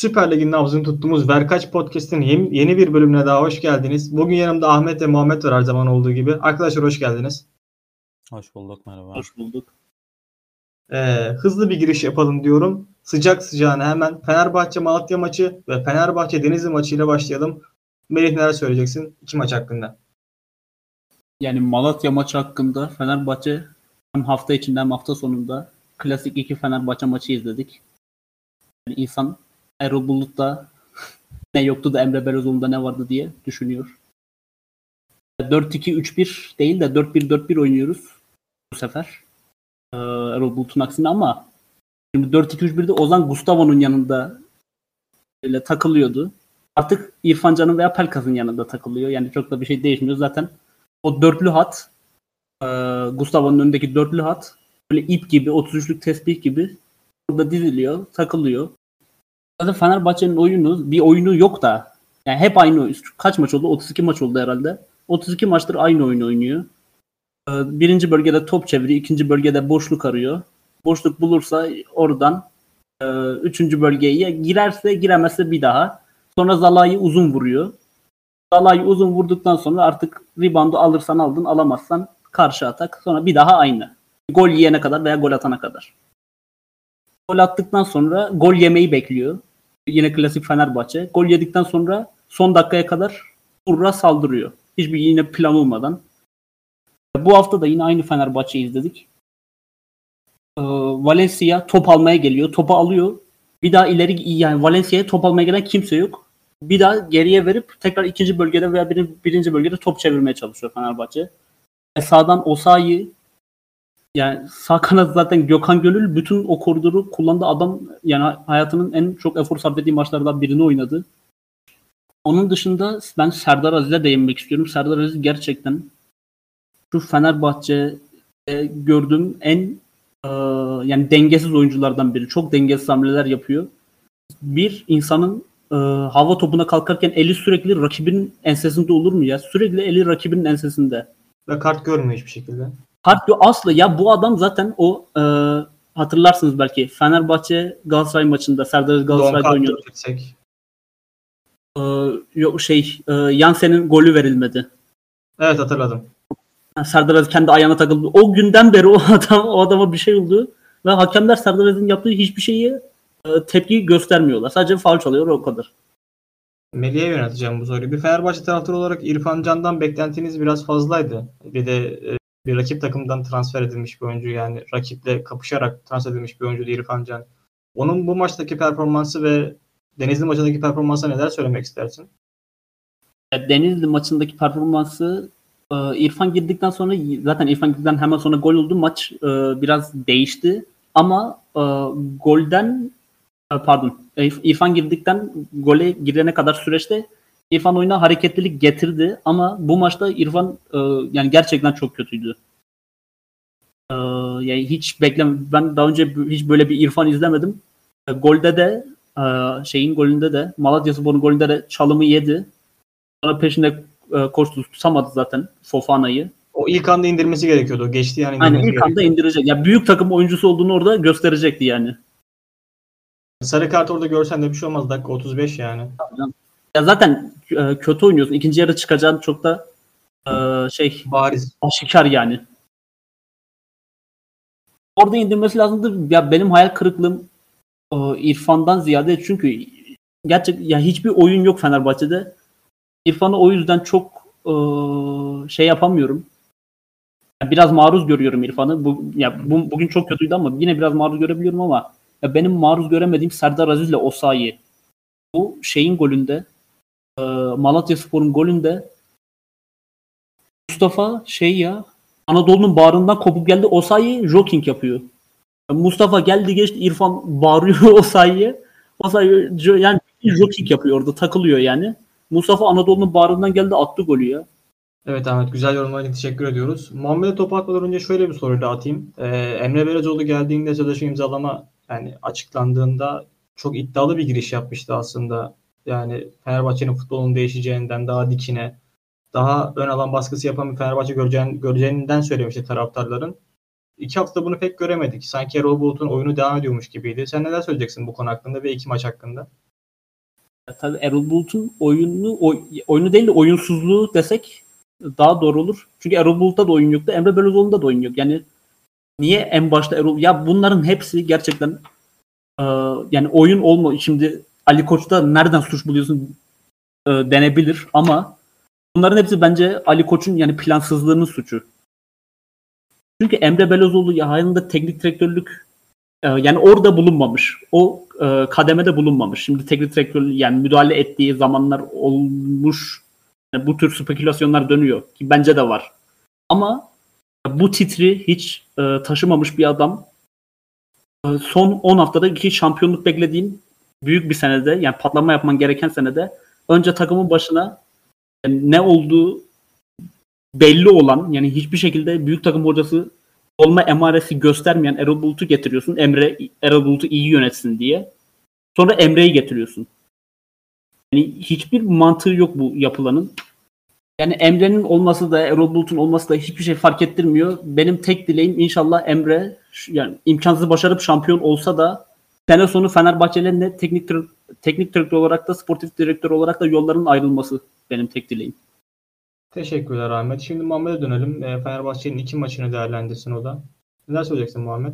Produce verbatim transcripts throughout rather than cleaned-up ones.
Süper Lig'in nabzını tuttuğumuz Verkaç Podcast'in yeni, yeni bir bölümüne daha hoş geldiniz. Bugün yanımda Ahmet ve Muhammed var her zaman olduğu gibi. Arkadaşlar hoş geldiniz. Hoş bulduk, merhaba. Hoş bulduk. Ee, hızlı bir giriş yapalım diyorum. Sıcak sıcağına hemen Fenerbahçe Malatya maçı ve Fenerbahçe Denizli maçıyla başlayalım. Melih neler söyleyeceksin iki maç hakkında? Yani Malatya maçı hakkında Fenerbahçe hem hafta içinde hem hafta sonunda klasik iki Fenerbahçe maçı izledik. Yani insan Erol Bulut'ta ne yoktu da Emre Belözoğlu'nda ne vardı diye düşünüyor. dört iki üç bir değil de dört bir dört bir oynuyoruz bu sefer. Ee, Erol Bulut'un aksine ama şimdi dört iki üç birde Ozan Gustavo'nun yanında böyle takılıyordu. Artık İrfan Can'ın veya Pelkas'ın yanında takılıyor. Yani çok da bir şey değişmiyor. Zaten o dörtlü hat, e, Gustavo'nun önündeki dörtlü hat böyle ip gibi, otuz üçlük tesbih gibi burada diziliyor, takılıyor. Zaten Fenerbahçe'nin oyunu, bir oyunu yok da. Yani hep aynı oyun. Kaç maç oldu? otuz iki maç oldu herhalde. otuz iki maçtır aynı oyunu oynuyor. E, birinci bölgede top çeviriyor, ikinci bölgede boşluk arıyor. Boşluk bulursa oradan e, üçüncü bölgeye girerse giremezse bir daha. Sonra Zalai'yi uzun vuruyor. Zalai'yi uzun vurduktan sonra artık reboundu alırsan aldın, alamazsan karşı atak. Sonra bir daha aynı. Gol yiyene kadar veya gol atana kadar. Gol attıktan sonra gol yemeyi bekliyor. Yine klasik Fenerbahçe. Gol yedikten sonra son dakikaya kadar vurra saldırıyor. Hiçbir yine plan olmadan. Bu hafta da yine aynı Fenerbahçe'yi izledik. Ee, Valencia top almaya geliyor. Topu alıyor. Bir daha ileri yani Valencia'ya top almaya gelen kimse yok. Bir daha geriye verip tekrar ikinci bölgede veya bir, birinci bölgede top çevirmeye çalışıyor Fenerbahçe. E sağdan Osayi, yani sağ kanat zaten Gökhan Gönül bütün o koridoru kullandı. Adam yani hayatının en çok efor sarf ettiği maçlardan birini oynadı. Onun dışında ben Serdar Aziz'e değinmek istiyorum. Serdar Aziz gerçekten şu Fenerbahçe'de gördüğüm en e, yani dengesiz oyunculardan biri. Çok dengesiz hamleler yapıyor. Bir insanın e, hava topuna kalkarken eli sürekli rakibinin ensesinde olur mu ya? Sürekli eli rakibinin ensesinde. Ve kart görmüyor hiçbir şekilde. Kart yok asla. Ya bu adam zaten o e, hatırlarsınız belki Fenerbahçe Galatasaray maçında Serdar Galatasaray'da oynuyordu. E, yok şey e, Yansen'in golü verilmedi. Evet hatırladım. Serdar Aziz kendi ayağına takıldı. O günden beri o adam o adama bir şey oldu ve hakemler Serdar Aziz'in yaptığı hiçbir şeyi e, tepki göstermiyorlar. Sadece faul çalıyor o kadar. Melih'e yönelteceğim bu soruyu. Bir Fenerbahçe taraftarı olarak İrfan Can'dan beklentiniz biraz fazlaydı. Bir de e, bir rakip takımdan transfer edilmiş bir oyuncu, yani rakiple kapışarak transfer edilmiş bir oyuncu İrfan Can. Onun bu maçtaki performansı ve Denizli maçındaki performansa neler söylemek istersin? Denizli maçındaki performansı e, İrfan girdikten sonra zaten İrfan girdikten hemen sonra gol oldu. Maç e, biraz değişti ama e, golden pardon İrfan girdikten gole girene kadar süreçte İrfan oyuna hareketlilik getirdi ama bu maçta İrfan e, yani gerçekten çok kötüydü. E, yani hiç beklem ben daha önce hiç böyle bir İrfan izlemedim. E, golde de e, şeyin golünde de Malatyaspor'un golünde de çalımı yedi. Sonra peşinde e, koştu, tutamadı zaten Fofana'yı. O ilk anda indirmesi gerekiyordu. Geçti yani. Aynen ilk anda indirecek. Ya büyük takım oyuncusu olduğunu orada gösterecekti yani. Sarı kart orada görsen de bir şey olmaz. Dakika otuz beş yani. Ya zaten e, kötü oynuyorsun. İkinci yarı çıkacağın çok da e, şey bariz. Aşikar yani. Orada indirmesi lazımdı. Ya benim hayal kırıklığım e, İrfan'dan ziyade çünkü gerçek ya hiçbir oyun yok Fenerbahçe'de. İrfan'ı o yüzden çok e, şey yapamıyorum. Biraz maruz görüyorum İrfan'ı. Bu, ya bu, bugün çok kötüydü ama yine biraz maruz görebiliyorum ama ya benim maruz göremediğim Serdar Aziz'le Osayi. Bu şeyin golünde e, Malatyaspor'un golünde Mustafa şey ya Anadolu'nun bağrından kopup geldi. Osayi jogging yapıyor. Mustafa geldi geçti İrfan bağırıyor Osayi'ye. Osayi yani jogging yapıyor orada takılıyor yani. Mustafa Anadolu'nun bağrından geldi attı golü ya. Evet Ahmet, güzel yorumlar için teşekkür ediyoruz. Muhammed'e topu atmadan önce şöyle bir soru da atayım. Ee, Emre Belözoğlu geldiğinde sözleşme imzalama yani açıklandığında çok iddialı bir giriş yapmıştı aslında. Yani Fenerbahçe'nin futbolunun değişeceğinden daha dikine, daha ön alan baskısı yapan bir Fenerbahçe göreceğin, göreceğinden söylemişti taraftarların. İki hafta bunu pek göremedik. Sanki Erol Bulut'un oyunu devam ediyormuş gibiydi. Sen neler söyleyeceksin bu konu hakkında ve iki maç hakkında? Tabii Erol Bulut'un oyunu oy, oyunu değil de oyunsuzluğu desek daha doğru olur. Çünkü Erol Bulut'ta da oyun yoktu. Emre Belözoğlu'nda da oyun yok. Yani niye en başta Erol... Ya bunların hepsi gerçekten e, yani oyun olma. Şimdi Ali Koç'ta nereden suç buluyorsun e, denebilir ama bunların hepsi bence Ali Koç'un yani plansızlığının suçu. Çünkü Emre Belözoğlu ya hayatında teknik direktörlük e, yani orada bulunmamış. O e, kademede bulunmamış. Şimdi teknik direktör yani müdahale ettiği zamanlar olmuş. Yani bu tür spekülasyonlar dönüyor ki bence de var. Ama bu titri hiç e, taşımamış bir adam. E, son on haftada iki şampiyonluk beklediğin büyük bir senede yani patlama yapman gereken senede önce takımın başına yani ne olduğu belli olan yani hiçbir şekilde büyük takım hocası olma emaresi göstermeyen Erol Bulut'u getiriyorsun. Emre Erol Bulut'u iyi yönetsin diye. Sonra Emre'yi getiriyorsun. Yani hiçbir mantığı yok bu yapılanın. Yani Emre'nin olması da Erol Bulut'un olması da hiçbir şey fark ettirmiyor. Benim tek dileğim inşallah Emre yani imkansız başarıp şampiyon olsa da sene sonu Fenerbahçe'nin de teknik teknik direktör olarak da sportif direktör olarak da yolların ayrılması benim tek dileğim. Teşekkürler Ahmet. Şimdi Muhammed'e dönelim. E, Fenerbahçe'nin iki maçını değerlendirsin o da. Neler söyleyeceksin Muhammed?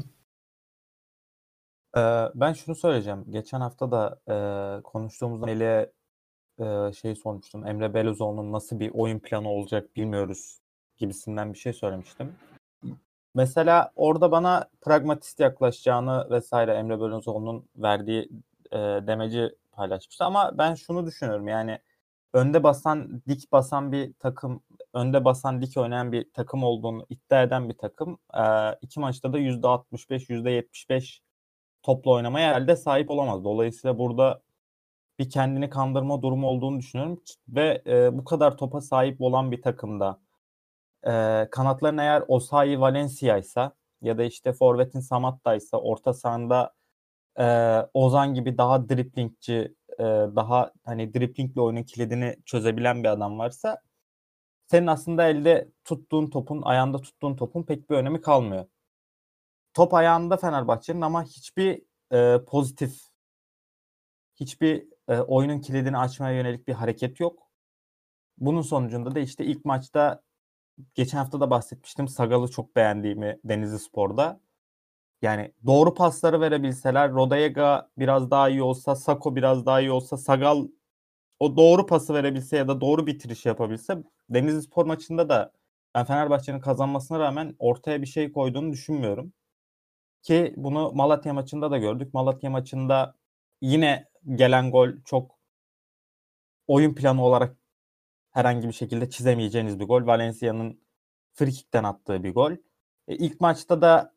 Ee, ben şunu söyleyeceğim. Geçen hafta da e, konuştuğumuzda Melih'e e, şey sormuştum. Emre Belözoğlu'nun nasıl bir oyun planı olacak bilmiyoruz gibisinden bir şey söylemiştim. Mesela orada bana pragmatist yaklaşacağını vesaire Emre Belözoğlu'nun verdiği e, demeci paylaşmıştı. Ama ben şunu düşünüyorum yani önde basan, dik basan bir takım, önde basan, dik oynayan bir takım olduğunu iddia eden bir takım e, iki maçta da yüzde altmış beş, yüzde yetmiş beş topla oynamaya elde sahip olamaz. Dolayısıyla burada bir kendini kandırma durumu olduğunu düşünüyorum ve e, bu kadar topa sahip olan bir takımda e, kanatların eğer Osayi Valencia'ysa ya da işte forvetin Samatta'ysa orta sahanda e, Ozan gibi daha driplingçi, e, daha hani driplingle oyunun kilidini çözebilen bir adam varsa senin aslında elde tuttuğun topun, ayağında tuttuğun topun pek bir önemi kalmıyor. Top ayağında Fenerbahçe'nin ama hiçbir e, pozitif, hiçbir e, oyunun kilidini açmaya yönelik bir hareket yok. Bunun sonucunda da işte ilk maçta geçen hafta da bahsetmiştim. Sagal'ı çok beğendiğimi Denizlispor'da. Yani doğru pasları verebilseler, Rodallega biraz daha iyi olsa, Sako biraz daha iyi olsa, Sagal o doğru pası verebilse ya da doğru bitiriş yapabilse Denizlispor maçında da ben Fenerbahçe'nin kazanmasına rağmen ortaya bir şey koyduğunu düşünmüyorum. Ki bunu Malatya maçında da gördük. Malatya maçında yine gelen gol çok oyun planı olarak herhangi bir şekilde çizemeyeceğiniz bir gol. Valencia'nın frikikten attığı bir gol. E, ilk maçta da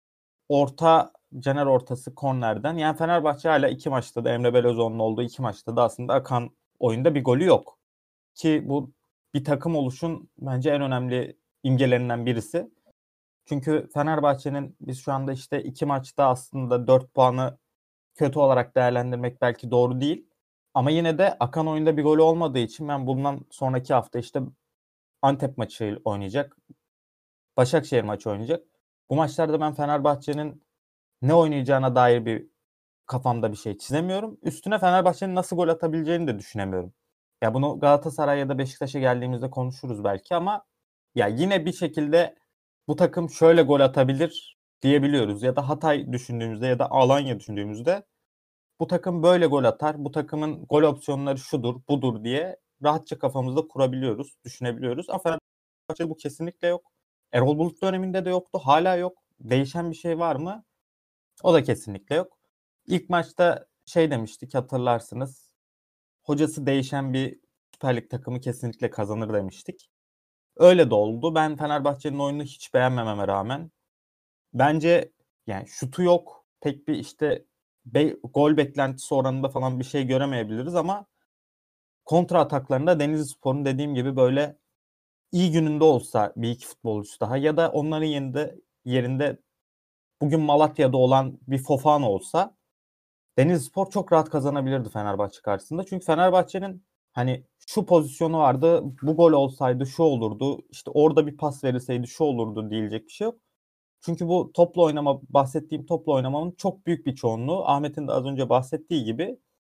orta, Caner ortası kornerden. Yani Fenerbahçe hala iki maçta da Emre Belözoğlu'nun olduğu iki maçta da aslında akan oyunda bir golü yok. Ki bu bir takım oluşun bence en önemli imgelerinden birisi. Çünkü Fenerbahçe'nin biz şu anda işte iki maçta aslında dört puanı kötü olarak değerlendirmek belki doğru değil. Ama yine de akan oyunda bir golü olmadığı için ben bundan sonraki hafta işte Antep maçı oynayacak. Başakşehir maçı oynayacak. Bu maçlarda ben Fenerbahçe'nin ne oynayacağına dair bir kafamda bir şey çizemiyorum. Üstüne Fenerbahçe'nin nasıl gol atabileceğini de düşünemiyorum. Ya bunu Galatasaray ya da Beşiktaş'a geldiğimizde konuşuruz belki ama ya yine bir şekilde bu takım şöyle gol atabilir diyebiliyoruz. Ya da Hatay düşündüğümüzde ya da Alanya düşündüğümüzde bu takım böyle gol atar. Bu takımın gol opsiyonları şudur, budur diye rahatça kafamızda kurabiliyoruz, düşünebiliyoruz. Ama Fenerbahçe'de bu kesinlikle yok. Erol Bulut döneminde de yoktu, hala yok. Değişen bir şey var mı? O da kesinlikle yok. İlk maçta şey demiştik hatırlarsınız. Hocası değişen bir Süper Lig takımı kesinlikle kazanır demiştik. Öyle de oldu. Ben Fenerbahçe'nin oyununu hiç beğenmememe rağmen bence yani şutu yok. Pek bir işte be, gol beklentisi oranında falan bir şey göremeyebiliriz ama kontra ataklarında Denizlispor'un dediğim gibi böyle iyi gününde olsa bir iki futbolcusu daha ya da onların yerinde yerinde bugün Malatya'da olan bir Fofana olsa Denizlispor çok rahat kazanabilirdi Fenerbahçe karşısında. Çünkü Fenerbahçe'nin hani şu pozisyonu vardı, bu gol olsaydı şu olurdu, işte orada bir pas verilseydi şu olurdu diyecek bir şey yok. Çünkü bu topla oynama, bahsettiğim topla oynamanın çok büyük bir çoğunluğu Ahmet'in de az önce bahsettiği gibi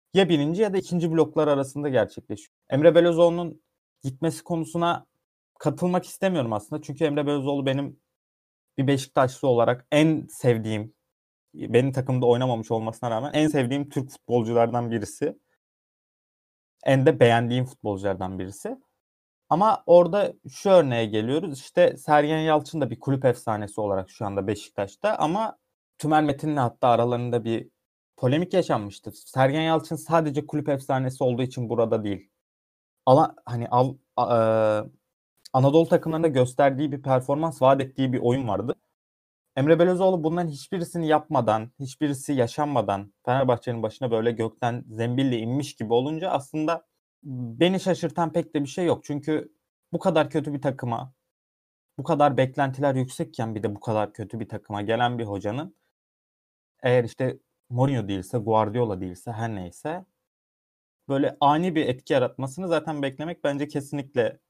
ya birinci ya da ikinci bloklar arasında gerçekleşiyor. Emre Belözoğlu'nun gitmesi konusuna katılmak istemiyorum aslında. Çünkü Emre Belözoğlu benim bir Beşiktaşlı olarak en sevdiğim, benim takımda oynamamış olmasına rağmen en sevdiğim Türk futbolculardan birisi. En de beğendiğim futbolculardan birisi. Ama orada şu örneğe geliyoruz. İşte Sergen Yalçın da bir kulüp efsanesi olarak şu anda Beşiktaş'ta ama Tümer Metin'le hatta aralarında bir polemik yaşanmıştı. Sergen Yalçın sadece kulüp efsanesi olduğu için burada değil. Ala, hani al, a, e, Anadolu takımlarında gösterdiği bir performans, vaat ettiği bir oyun vardı. Emre Belözoğlu bunların hiçbirisini yapmadan, hiçbirisi yaşanmadan Fenerbahçe'nin başına böyle gökten zembille inmiş gibi olunca aslında beni şaşırtan pek de bir şey yok. Çünkü bu kadar kötü bir takıma, bu kadar beklentiler yüksekken bir de bu kadar kötü bir takıma gelen bir hocanın eğer işte Mourinho değilse, Guardiola değilse her neyse böyle ani bir etki yaratmasını zaten beklemek bence kesinlikle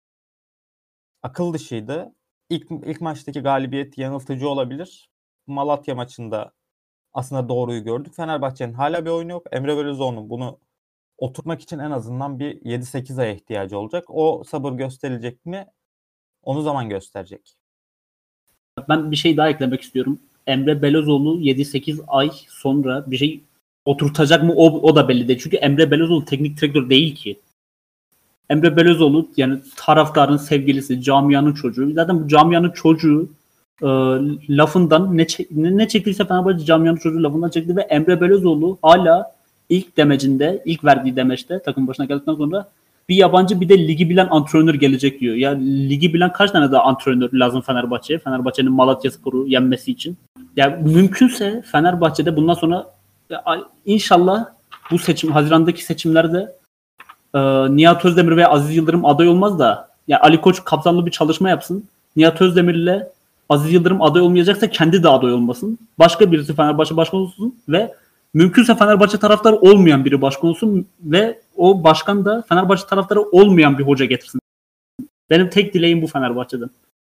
akıl dışıydı. İlk, ilk maçtaki galibiyet yanıltıcı olabilir. Malatya maçında aslında doğruyu gördük. Fenerbahçe'nin hala bir oyunu yok. Emre Belözoğlu'nun bunu oturtmak için en azından bir yedi sekiz aya ihtiyacı olacak. O sabır gösterilecek mi? Onu zaman gösterecek. Ben bir şey daha eklemek istiyorum. Emre Belözoğlu yedi sekiz ay sonra bir şey oturtacak mı o, o da belli değil. Çünkü Emre Belözoğlu teknik direktör değil ki. Emre Belözoğlu yani taraftarın sevgilisi, camianın çocuğu. Zaten bu camianın çocuğu e, lafından ne, çek, ne, ne çektiyse Fenerbahçe camianın çocuğu lafından çekti ve Emre Belözoğlu hala ilk demecinde, ilk verdiği demeçte takım başına geldikten sonra bir yabancı bir de ligi bilen antrenör gelecek diyor. Ya ligi bilen kaç tane daha antrenör lazım Fenerbahçe'ye? Fenerbahçe'nin Malatyaspor'u yenmesi için. Yani mümkünse Fenerbahçe'de bundan sonra ya, inşallah bu seçim Haziran'daki seçimlerde e, Nihat Özdemir ve Aziz Yıldırım aday olmaz da ya Ali Koç kapsamlı bir çalışma yapsın. Nihat Özdemir ile Aziz Yıldırım aday olmayacaksa kendi de aday olmasın. Başka birisi Fenerbahçe başkan olsun ve mümkünse Fenerbahçe taraftarı olmayan biri başkan olsun ve o başkan da Fenerbahçe taraftarı olmayan bir hoca getirsin. Benim tek dileğim bu Fenerbahçe'den.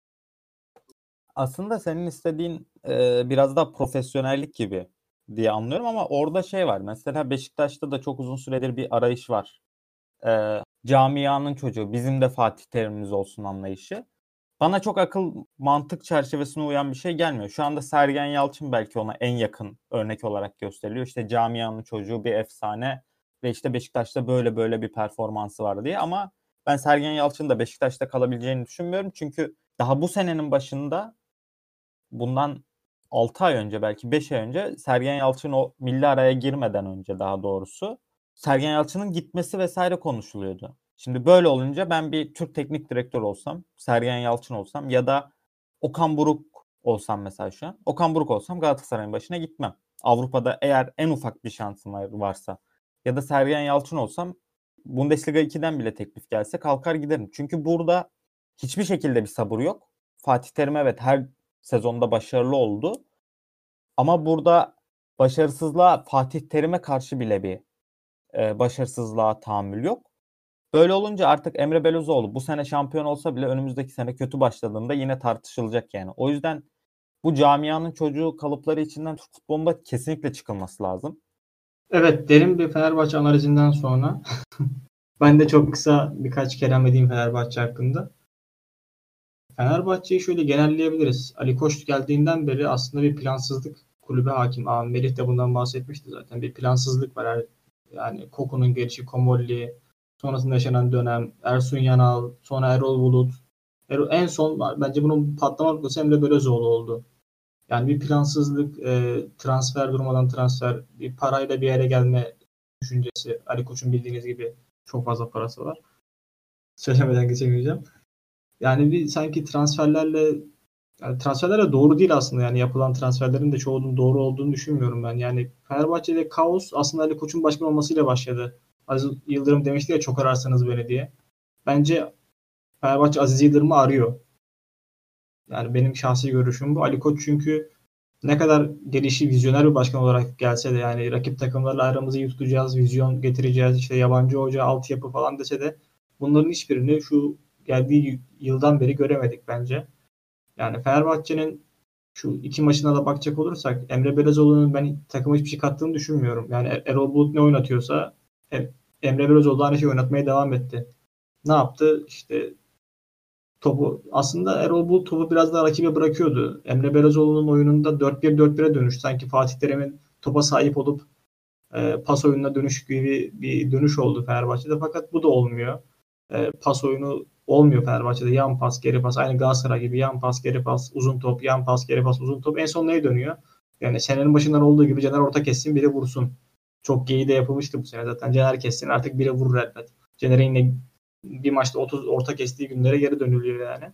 Aslında senin istediğin e, biraz daha profesyonellik gibi diye anlıyorum ama orada şey var. Mesela Beşiktaş'ta da çok uzun süredir bir arayış var. E, camianın çocuğu, bizim de Fatih Terim'imiz olsun anlayışı. Bana çok akıl mantık çerçevesine uyan bir şey gelmiyor. Şu anda Sergen Yalçın belki ona en yakın örnek olarak gösteriliyor. İşte camianın çocuğu bir efsane ve işte Beşiktaş'ta böyle böyle bir performansı var diye. Ama ben Sergen Yalçın'ın da Beşiktaş'ta kalabileceğini düşünmüyorum. Çünkü daha bu senenin başında bundan altı ay önce belki beş ay önce Sergen Yalçın o milli araya girmeden önce daha doğrusu Sergen Yalçın'ın gitmesi vesaire konuşuluyordu. Şimdi böyle olunca ben bir Türk teknik direktör olsam, Sergen Yalçın olsam ya da Okan Buruk olsam mesela şu an. Okan Buruk olsam Galatasaray'ın başına gitmem. Avrupa'da eğer en ufak bir şansım varsa ya da Sergen Yalçın olsam Bundesliga ikiden bile teklif gelse kalkar giderim. Çünkü burada hiçbir şekilde bir sabır yok. Fatih Terim evet her sezonda başarılı oldu. Ama burada başarısızlığa Fatih Terim'e karşı bile bir e, başarısızlığa tahammül yok. Böyle olunca artık Emre Belözoğlu bu sene şampiyon olsa bile önümüzdeki sene kötü başladığında yine tartışılacak yani. O yüzden bu camianın çocuğu kalıpları içinden Türk futbolunda kesinlikle çıkılması lazım. Evet, derin bir Fenerbahçe analizinden sonra ben de çok kısa birkaç kelam edeyim Fenerbahçe hakkında. Fenerbahçe'yi şöyle genelleyebiliriz. Ali Koç geldiğinden beri aslında bir plansızlık kulübe hakim. Aa, Melih de bundan bahsetmişti zaten. Bir plansızlık var. Yani Koku'nun gelişi, Komolli, sonrasında yaşanan dönem, Ersun Yanal, sonra Erol Bulut. Erol, en son var. Bence bunun patlama noktası Emre Belözoğlu oldu. Yani bir plansızlık, e, transfer durmadan transfer, bir parayla bir yere gelme düşüncesi. Ali Koç'un bildiğiniz gibi çok fazla parası var. Söylemeden geçemeyeceğim. Yani bir sanki transferlerle yani transferlerle doğru değil aslında. Yani yapılan transferlerin de çoğunun doğru olduğunu düşünmüyorum ben. Yani Fenerbahçe'de kaos aslında Ali Koç'un başkan olmasıyla başladı. Aziz Yıldırım demişti ya çok ararsanız beni diye. Bence Fenerbahçe Aziz Yıldırım'ı arıyor. Yani benim şahsi görüşüm bu. Ali Koç çünkü ne kadar gelişi vizyoner bir başkan olarak gelse de yani rakip takımlarla aramızı iyi tutacağız, vizyon getireceğiz, işte yabancı hoca, altyapı falan dese de bunların hiçbirini şu geldiği yıldan beri göremedik bence. Yani Fenerbahçe'nin şu iki maçına da bakacak olursak Emre Belezoğlu'nun ben takıma hiçbir şey kattığını düşünmüyorum. Yani Er- Erol Bulut ne oynatıyorsa Em- Emre Belezoğlu da aynı şeyi oynatmaya devam etti. Ne yaptı? İşte topu aslında Erol Bulut topu biraz daha rakibe bırakıyordu. Emre Belezoğlu'nun oyununda dört bir dört bire dönüş. Sanki Fatih Terim'in topa sahip olup e, pas oyununa dönüş gibi bir dönüş oldu Fenerbahçe'de. Fakat bu da olmuyor. E, pas oyunu olmuyor Fenerbahçe'de. Yan pas, geri pas. Aynı Galatasaray gibi yan pas, geri pas, uzun top, yan pas, geri pas, uzun top. En son neye dönüyor? Yani senenin başından olduğu gibi Caner orta kessin, biri vursun. Çok geyi de yapılmıştı bu sene zaten. Caner kessin, artık biri vurur elbet. Caner'in yine bir maçta otuz orta kestiği günlere geri dönülüyor yani.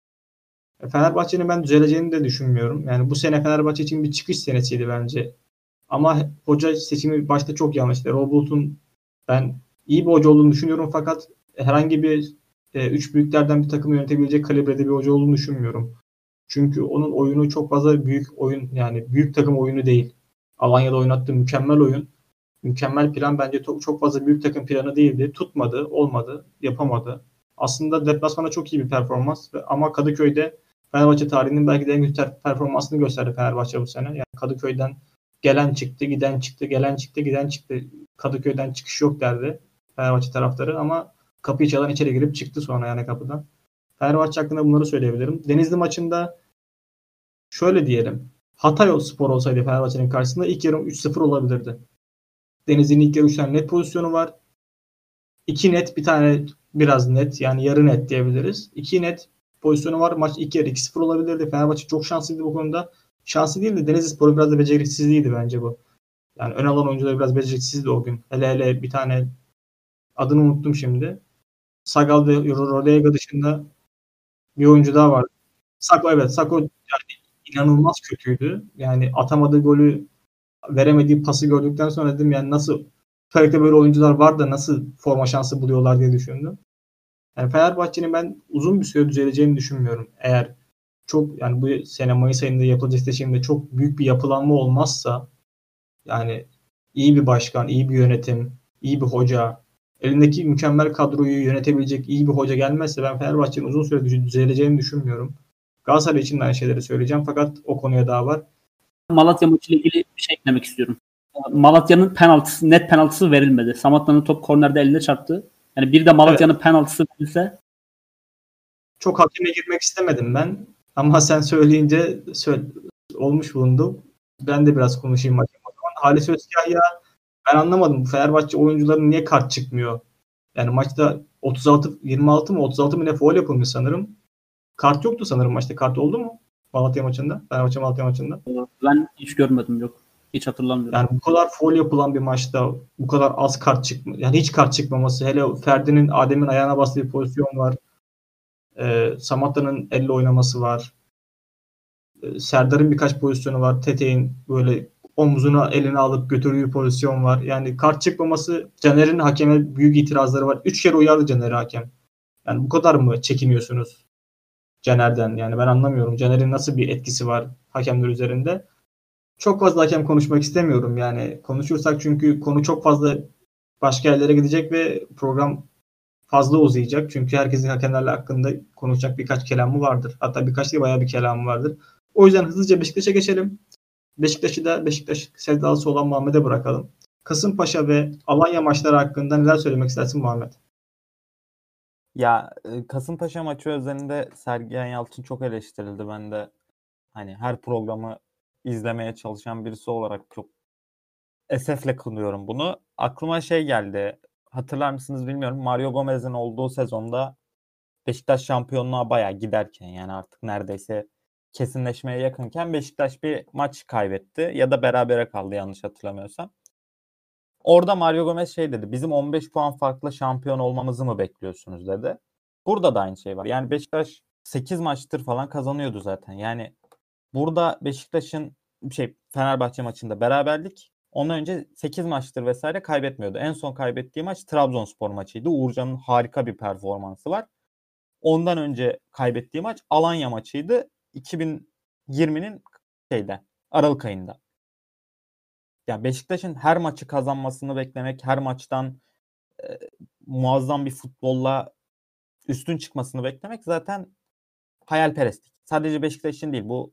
E, Fenerbahçe'nin ben düzeleceğini de düşünmüyorum. Yani bu sene Fenerbahçe için bir çıkış senesiydi bence. Ama hoca seçimi başta çok yanlıştı. Erol Bulut'un ben iyi bir hoca olduğunu düşünüyorum fakat herhangi bir e, üç büyüklerden bir takımı yönetebilecek kalibrede bir hoca olduğunu düşünmüyorum. Çünkü onun oyunu çok fazla büyük oyun, yani büyük takım oyunu değil. Alanya'da oynattığı mükemmel oyun, mükemmel plan bence to- çok fazla büyük takım planı değildi. Tutmadı, olmadı, yapamadı. Aslında deplasmanda çok iyi bir performans ve- ama Kadıköy'de Fenerbahçe tarihinin belki de en kötü ter- performansını gösterdi Fenerbahçe bu sene. Yani Kadıköy'den gelen çıktı, giden çıktı, gelen çıktı, giden çıktı. Kadıköy'den çıkış yok derdi Fenerbahçe taraftarı ama kapıyı çalan içeri girip çıktı sonra yani kapıdan. Fenerbahçe hakkında bunları söyleyebilirim. Denizli maçında şöyle diyelim. Hatayspor olsaydı Fenerbahçe'nin karşısında ilk yarım üç sıfır olabilirdi. Denizli'nin ilk yarı üç tane net pozisyonu var. iki net, bir tane biraz net, yani yarı net diyebiliriz. iki net pozisyonu var. Maç ilk yarı iki sıfır olabilirdi. Fenerbahçe çok şanslıydı bu konuda. Şanslı değil de Denizlispor'un biraz da beceriksizliğiydi bence bu. Yani ön alan oyuncuları biraz beceriksizdi o gün. Hele hele bir tane, adını unuttum şimdi. Sagal ve Rodega dışında bir oyuncu daha vardı. Sako, evet, Sako yani inanılmaz kötüydü. Yani atamadığı golü, veremediği pası gördükten sonra dedim yani nasıl Süper böyle oyuncular var da nasıl forma şansı buluyorlar diye düşündüm. Yani Fenerbahçe'nin ben uzun bir süre düzeleceğini düşünmüyorum. Eğer çok, yani bu sene Mayıs ayında yapılacak seçimde çok büyük bir yapılanma olmazsa, yani iyi bir başkan, iyi bir yönetim, iyi bir hoca, elindeki mükemmel kadroyu yönetebilecek iyi bir hoca gelmezse ben Fenerbahçe'nin uzun süre düzeleceğini düşünmüyorum. Galatasaray için de aynı şeyleri söyleyeceğim fakat o konuya daha var. Malatya maçıyla ilgili bir şey eklemek istiyorum. Malatya'nın penaltısı, net penaltısı verilmedi. Samatta'nın top kornerde eline çarptı. Yani bir de Malatya'nın evet. penaltısı verilse. Çok hakeme girmek istemedim ben. Ama sen söyleyince söyle, olmuş bulundu. Ben de biraz konuşayım hakem o zaman. Halis Özkaya, ben anlamadım. Fenerbahçe oyuncuların niye kart çıkmıyor? Yani maçta otuz altı yirmi altı mı otuz altı mı ne faul yapılmış sanırım. Kart yoktu sanırım maçta. Kart oldu mu? Malatya maçında. Fenerbahçe Malatya maçında. Ben hiç görmedim, yok. Hiç hatırlamıyorum. Yani bu kadar faul yapılan bir maçta bu kadar az kart çıkma, yani hiç kart çıkmaması. Hele Ferdi'nin Adem'in ayağına bastığı bir pozisyon var. Ee, Samatta'nın elle oynaması var. Ee, Serdar'ın birkaç pozisyonu var. Tete'in böyle omzuna eline alıp götürdüğü pozisyon var. Yani kart çıkmaması, Caner'in hakeme büyük itirazları var. Üç kere uyardı Caner'i hakem. Yani bu kadar mı çekiniyorsunuz Caner'den? Yani ben anlamıyorum. Caner'in nasıl bir etkisi var hakemler üzerinde? Çok fazla hakem konuşmak istemiyorum. Yani konuşursak çünkü konu çok fazla başka yerlere gidecek ve program fazla uzayacak. Çünkü herkesin hakemlerle hakkında konuşacak birkaç kelamı vardır. Hatta birkaç değil, bayağı bir kelamı vardır. O yüzden hızlıca Beşiktaş'a geçelim. Beşiktaş'ı da Beşiktaş sevdalısı olan Muhammed'e bırakalım. Kasımpaşa ve Alanya maçları hakkında neler söylemek istersin Muhammed? Ya Kasımpaşa maçı özelinde Sergen Yalçın çok eleştirildi. Ben de hani her programı izlemeye çalışan birisi olarak çok esefle kınıyorum bunu. Aklıma şey geldi. Hatırlar mısınız bilmiyorum. Mario Gomez'in olduğu sezonda Beşiktaş şampiyonluğa bayağı giderken, yani artık neredeyse kesinleşmeye yakınken Beşiktaş bir maç kaybetti ya da berabere kaldı yanlış hatırlamıyorsam. Orada Mario Gomez şey dedi. Bizim on beş puan farklı şampiyon olmamızı mı bekliyorsunuz dedi. Burada da aynı şey var. Yani Beşiktaş sekiz maçtır falan kazanıyordu zaten. Yani burada Beşiktaş'ın şey Fenerbahçe maçında beraberlik, ondan önce sekiz maçtır vesaire kaybetmiyordu. En son kaybettiği maç Trabzonspor maçıydı. Uğurcan'ın harika bir performansı var. Ondan önce kaybettiği maç Alanya maçıydı. iki bin yirminin şeyde Aralık ayında. Ya Beşiktaş'ın her maçı kazanmasını beklemek, her maçtan e, muazzam bir futbolla üstün çıkmasını beklemek zaten hayalperestlik. Sadece Beşiktaş için değil, bu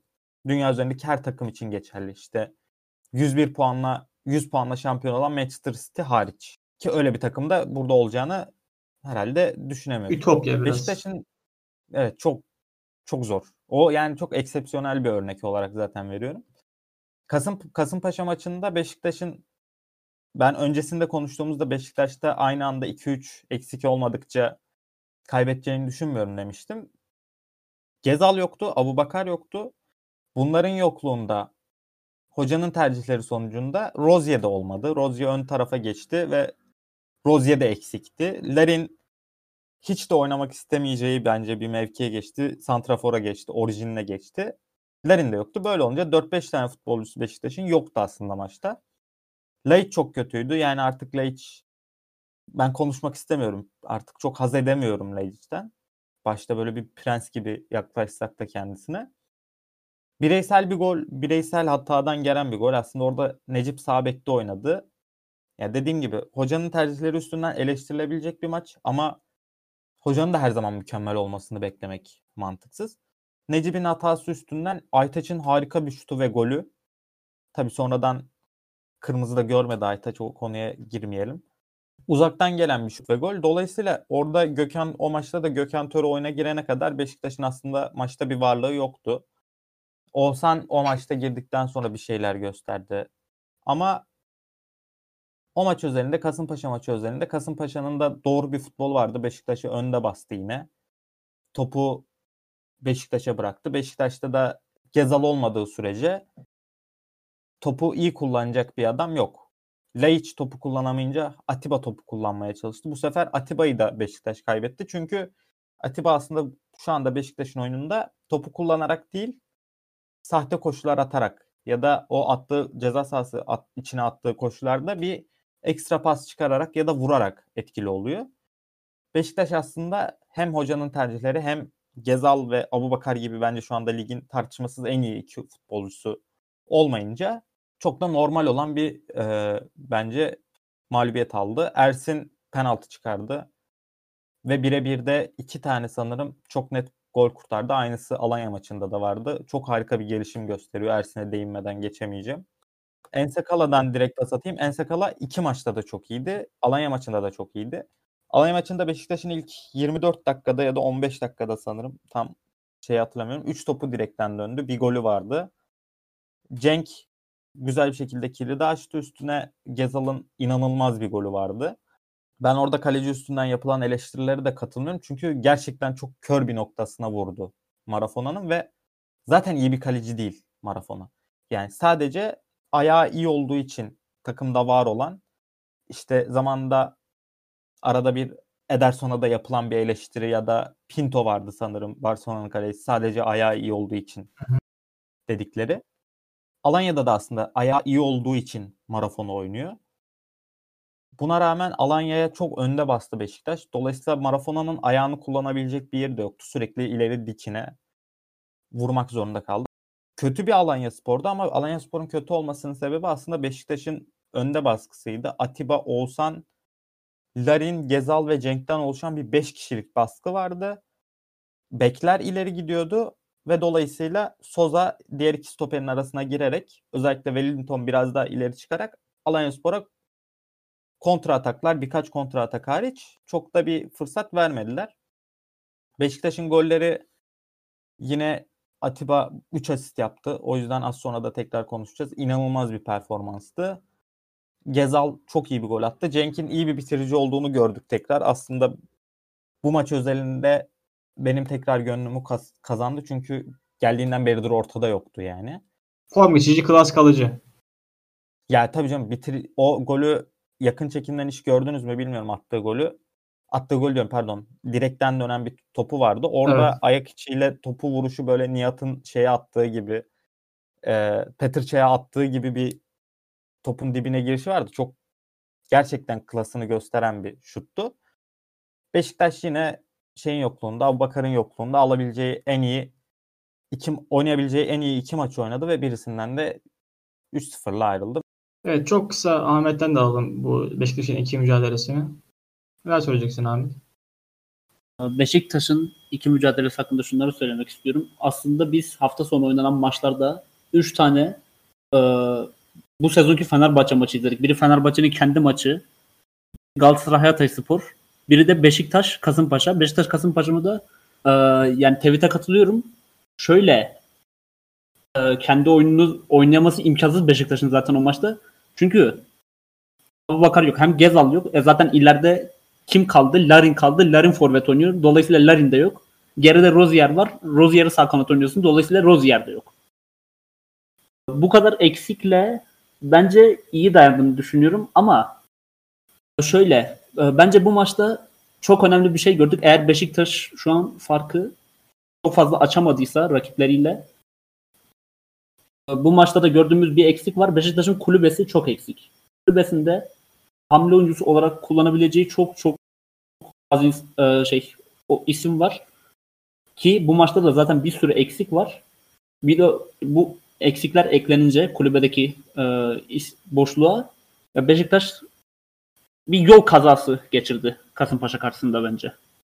dünya üzerindeki her takım için geçerli. İşte yüz bir puanla yüz puanla şampiyon olan Manchester City hariç. Ki öyle bir takımda burada olacağını herhalde düşünemiyoruz. Ütopya biraz. Beşiktaş'ın evet çok çok zor. O yani çok eksepsiyonel bir örnek olarak zaten veriyorum. Kasım Kasımpaşa maçında Beşiktaş'ın ben öncesinde konuştuğumuzda Beşiktaş'ta aynı anda iki üç eksik olmadıkça kaybedeceğini düşünmüyorum demiştim. Gezal yoktu, Abubakar yoktu. Bunların yokluğunda hocanın tercihleri sonucunda Rozier de olmadı. Rozier ön tarafa geçti ve Rozier de eksikti. Larin hiç de oynamak istemeyeceği bence bir mevkiye geçti. Santrafor'a geçti, orijinine geçti. Larin de yoktu. Böyle olunca dört beş tane futbolcusu Beşiktaş'ın yoktu aslında maçta. Laiç çok kötüydü. Yani artık Laiç ben konuşmak istemiyorum. Artık çok haz edemiyorum Laiç'ten. Başta böyle bir prens gibi yaklaşsak da kendisine. Bireysel bir gol, bireysel hatadan gelen bir gol. Aslında orada Necip sağ bekte oynadı. Ya dediğim gibi hocanın tercihleri üstünden eleştirilebilecek bir maç ama hocanın da her zaman mükemmel olmasını beklemek mantıksız. Necip'in hatası üstünden Aytaç'ın harika bir şutu ve golü. Tabii sonradan kırmızı da görmedi Aytaç, o konuya girmeyelim. Uzaktan gelen bir şut ve gol. Dolayısıyla orada Gökhan, o maçta da Gökhan Töre oyuna girene kadar Beşiktaş'ın aslında maçta bir varlığı yoktu. Oğuzhan o maçta girdikten sonra bir şeyler gösterdi. Ama o maç üzerinde, Kasımpaşa maçı üzerinde Kasımpaşa'nın da doğru bir futbol vardı. Beşiktaş'ı önde bastı yine. Topu Beşiktaş'a bıraktı. Beşiktaş'ta da Gezal olmadığı sürece topu iyi kullanacak bir adam yok. Laiç topu kullanamayınca Atiba topu kullanmaya çalıştı. Bu sefer Atiba'yı da Beşiktaş kaybetti. Çünkü Atiba aslında şu anda Beşiktaş'ın oyununda topu kullanarak değil, sahte koşular atarak ya da o attığı ceza sahası at, içine attığı koşularda bir ekstra pas çıkararak ya da vurarak etkili oluyor. Beşiktaş aslında hem hocanın tercihleri hem Gezal ve Abubakar gibi bence şu anda ligin tartışmasız en iyi iki futbolcusu olmayınca çok da normal olan bir e, bence mağlubiyet aldı. Ersin penaltı çıkardı ve birebir de iki tane sanırım çok net gol kurtardı. Aynısı Alanya maçında da vardı. Çok harika bir gelişim gösteriyor. Ersin'e değinmeden geçemeyeceğim. Ensekala'dan direkt pas atayım. Ensakala iki maçta da çok iyiydi. Alanya maçında da çok iyiydi. Alanya maçında Beşiktaş'ın ilk yirmi dört dakikada ya da on beş dakikada sanırım, tam şey hatırlamıyorum, üç topu direkten döndü. Bir golü vardı. Cenk güzel bir şekilde kilidi açtı. Üstüne Gezal'ın inanılmaz bir golü vardı. Ben orada kaleci üstünden yapılan eleştirilere de katılmıyorum. Çünkü gerçekten çok kör bir noktasına vurdu Marafona'nın ve zaten iyi bir kaleci değil Marafona. Yani sadece ayağı iyi olduğu için takımda var olan, işte zamanında arada bir Ederson'a da yapılan bir eleştiri ya da Pinto vardı sanırım, Barcelona'nın kalecisi, sadece ayağı iyi olduğu için dedikleri. Alanya'da da aslında ayağı iyi olduğu için Marafona oynuyor. Buna rağmen Alanya'ya çok önde bastı Beşiktaş. Dolayısıyla Marafona'nın ayağını kullanabilecek bir yeri de yoktu. Sürekli ileri dikine vurmak zorunda kaldı. Kötü bir Alanyaspor'du ama Alanyaspor'un kötü olmasının sebebi aslında Beşiktaş'ın önde baskısıydı. Atiba, Oğuzhan, Larin, Gezal ve Cenk'ten oluşan bir beş kişilik baskı vardı. Bekler ileri gidiyordu ve dolayısıyla Soza diğer iki stoperin arasına girerek, özellikle Wellington biraz daha ileri çıkarak Alanyaspor'a kontra ataklar, birkaç kontra atak hariç çok da bir fırsat vermediler. Beşiktaş'ın golleri yine Atiba üç asist yaptı. O yüzden az sonra da tekrar konuşacağız. İnanılmaz bir performanstı. Gezal çok iyi bir gol attı. Cenk'in iyi bir bitirici olduğunu gördük tekrar. Aslında bu maç özelinde benim tekrar gönlümü kaz- kazandı. Çünkü geldiğinden beridir ortada yoktu yani. Form geçici, klas kalıcı. Ya tabii canım, bitir o golü yakın çekimden hiç gördünüz mü bilmiyorum, attığı golü. Attığı gol diyorum, pardon. Direkten dönen bir topu vardı. Orada Evet. ayak içiyle topu vuruşu böyle Nihat'ın şeye attığı gibi, e, Petrça'ya attığı gibi bir topun dibine girişi vardı. Çok gerçekten klasını gösteren bir şuttu. Beşiktaş yine şeyin yokluğunda, Abubakar'ın yokluğunda alabileceği en iyi iki, oynayabileceği en iyi iki maç oynadı ve birisinden de üç sıfırla ayrıldı. Evet, çok kısa Ahmet'ten de alalım bu Beşiktaş'ın iki mücadelesini. Neler söyleyeceksin Ahmet? Beşiktaş'ın iki mücadelesi hakkında şunları söylemek istiyorum. Aslında biz hafta sonu oynanan maçlarda üç tane e, bu sezonki Fenerbahçe maçı izledik. Biri Fenerbahçe'nin kendi maçı, Galatasaray Hatayspor. Biri de Beşiktaş Kasımpaşa. Beşiktaş Kasımpaşa'mı da e, yani tevhide katılıyorum. Şöyle e, kendi oyununu oynayaması imkansız Beşiktaş'ın zaten o maçta. Çünkü Abubakar yok. Hem Gezal yok. E zaten ileride kim kaldı? Larin kaldı. Larin forvet oynuyor. Dolayısıyla Larin de yok. Geride Rozier var. Rozier'i sağ kanat oynuyorsun. Dolayısıyla Rozier de yok. Bu kadar eksikle bence iyi dayandığını düşünüyorum ama şöyle bence bu maçta çok önemli bir şey gördük. Eğer Beşiktaş şu an farkı çok fazla açamadıysa rakipleriyle bu maçta da gördüğümüz bir eksik var. Beşiktaş'ın kulübesi çok eksik. Kulübesinde hamle oyuncusu olarak kullanabileceği çok çok az şey o isim var ki bu maçta da zaten bir sürü eksik var. Bir de bu eksikler eklenince kulübedeki e, boşluğa Beşiktaş bir yol kazası geçirdi Kasımpaşa karşısında bence.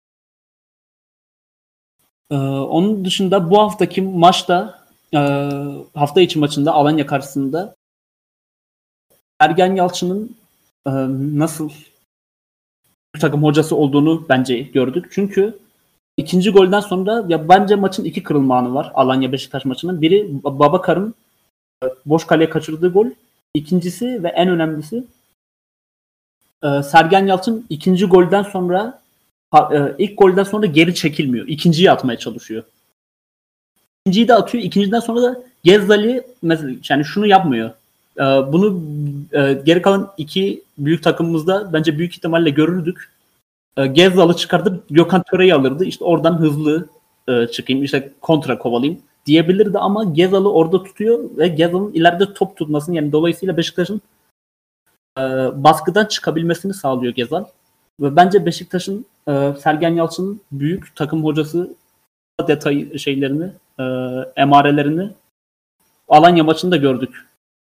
Ee, onun dışında bu haftaki maçta e, hafta içi maçında Alanya karşısında Sergen Yalçın'ın e, nasıl bir takım hocası olduğunu bence gördük. Çünkü ikinci golden sonra ya bence maçın iki kırılma anı var Alanya Beşiktaş maçının. Biri Babakar'ın boş kaleye kaçırdığı gol. İkincisi ve en önemlisi e, Sergen Yalçın ikinci golden sonra e, ilk golden sonra geri çekilmiyor. İkinciyi atmaya çalışıyor. İkinciyi de atıyor. İkinciden sonra da Gezzali mesela yani şunu yapmıyor. E, bunu e, geri kalan iki büyük takımımızda bence büyük ihtimalle görürdük. E, Gezzal'ı çıkartıp Gökhan Töre'yi alırdı. İşte oradan hızlı e, çıkayım. İşte kontra kovalayayım diyebilirdi ama Gezzal'ı orada tutuyor ve Gezzal'ın ileride top tutmasını yani dolayısıyla Beşiktaş'ın e, baskıdan çıkabilmesini sağlıyor Gezzal. Ve bence Beşiktaş'ın e, Sergen Yalçın'ın büyük takım hocası detay şeylerini, e, emarelerini Alanya maçında gördük.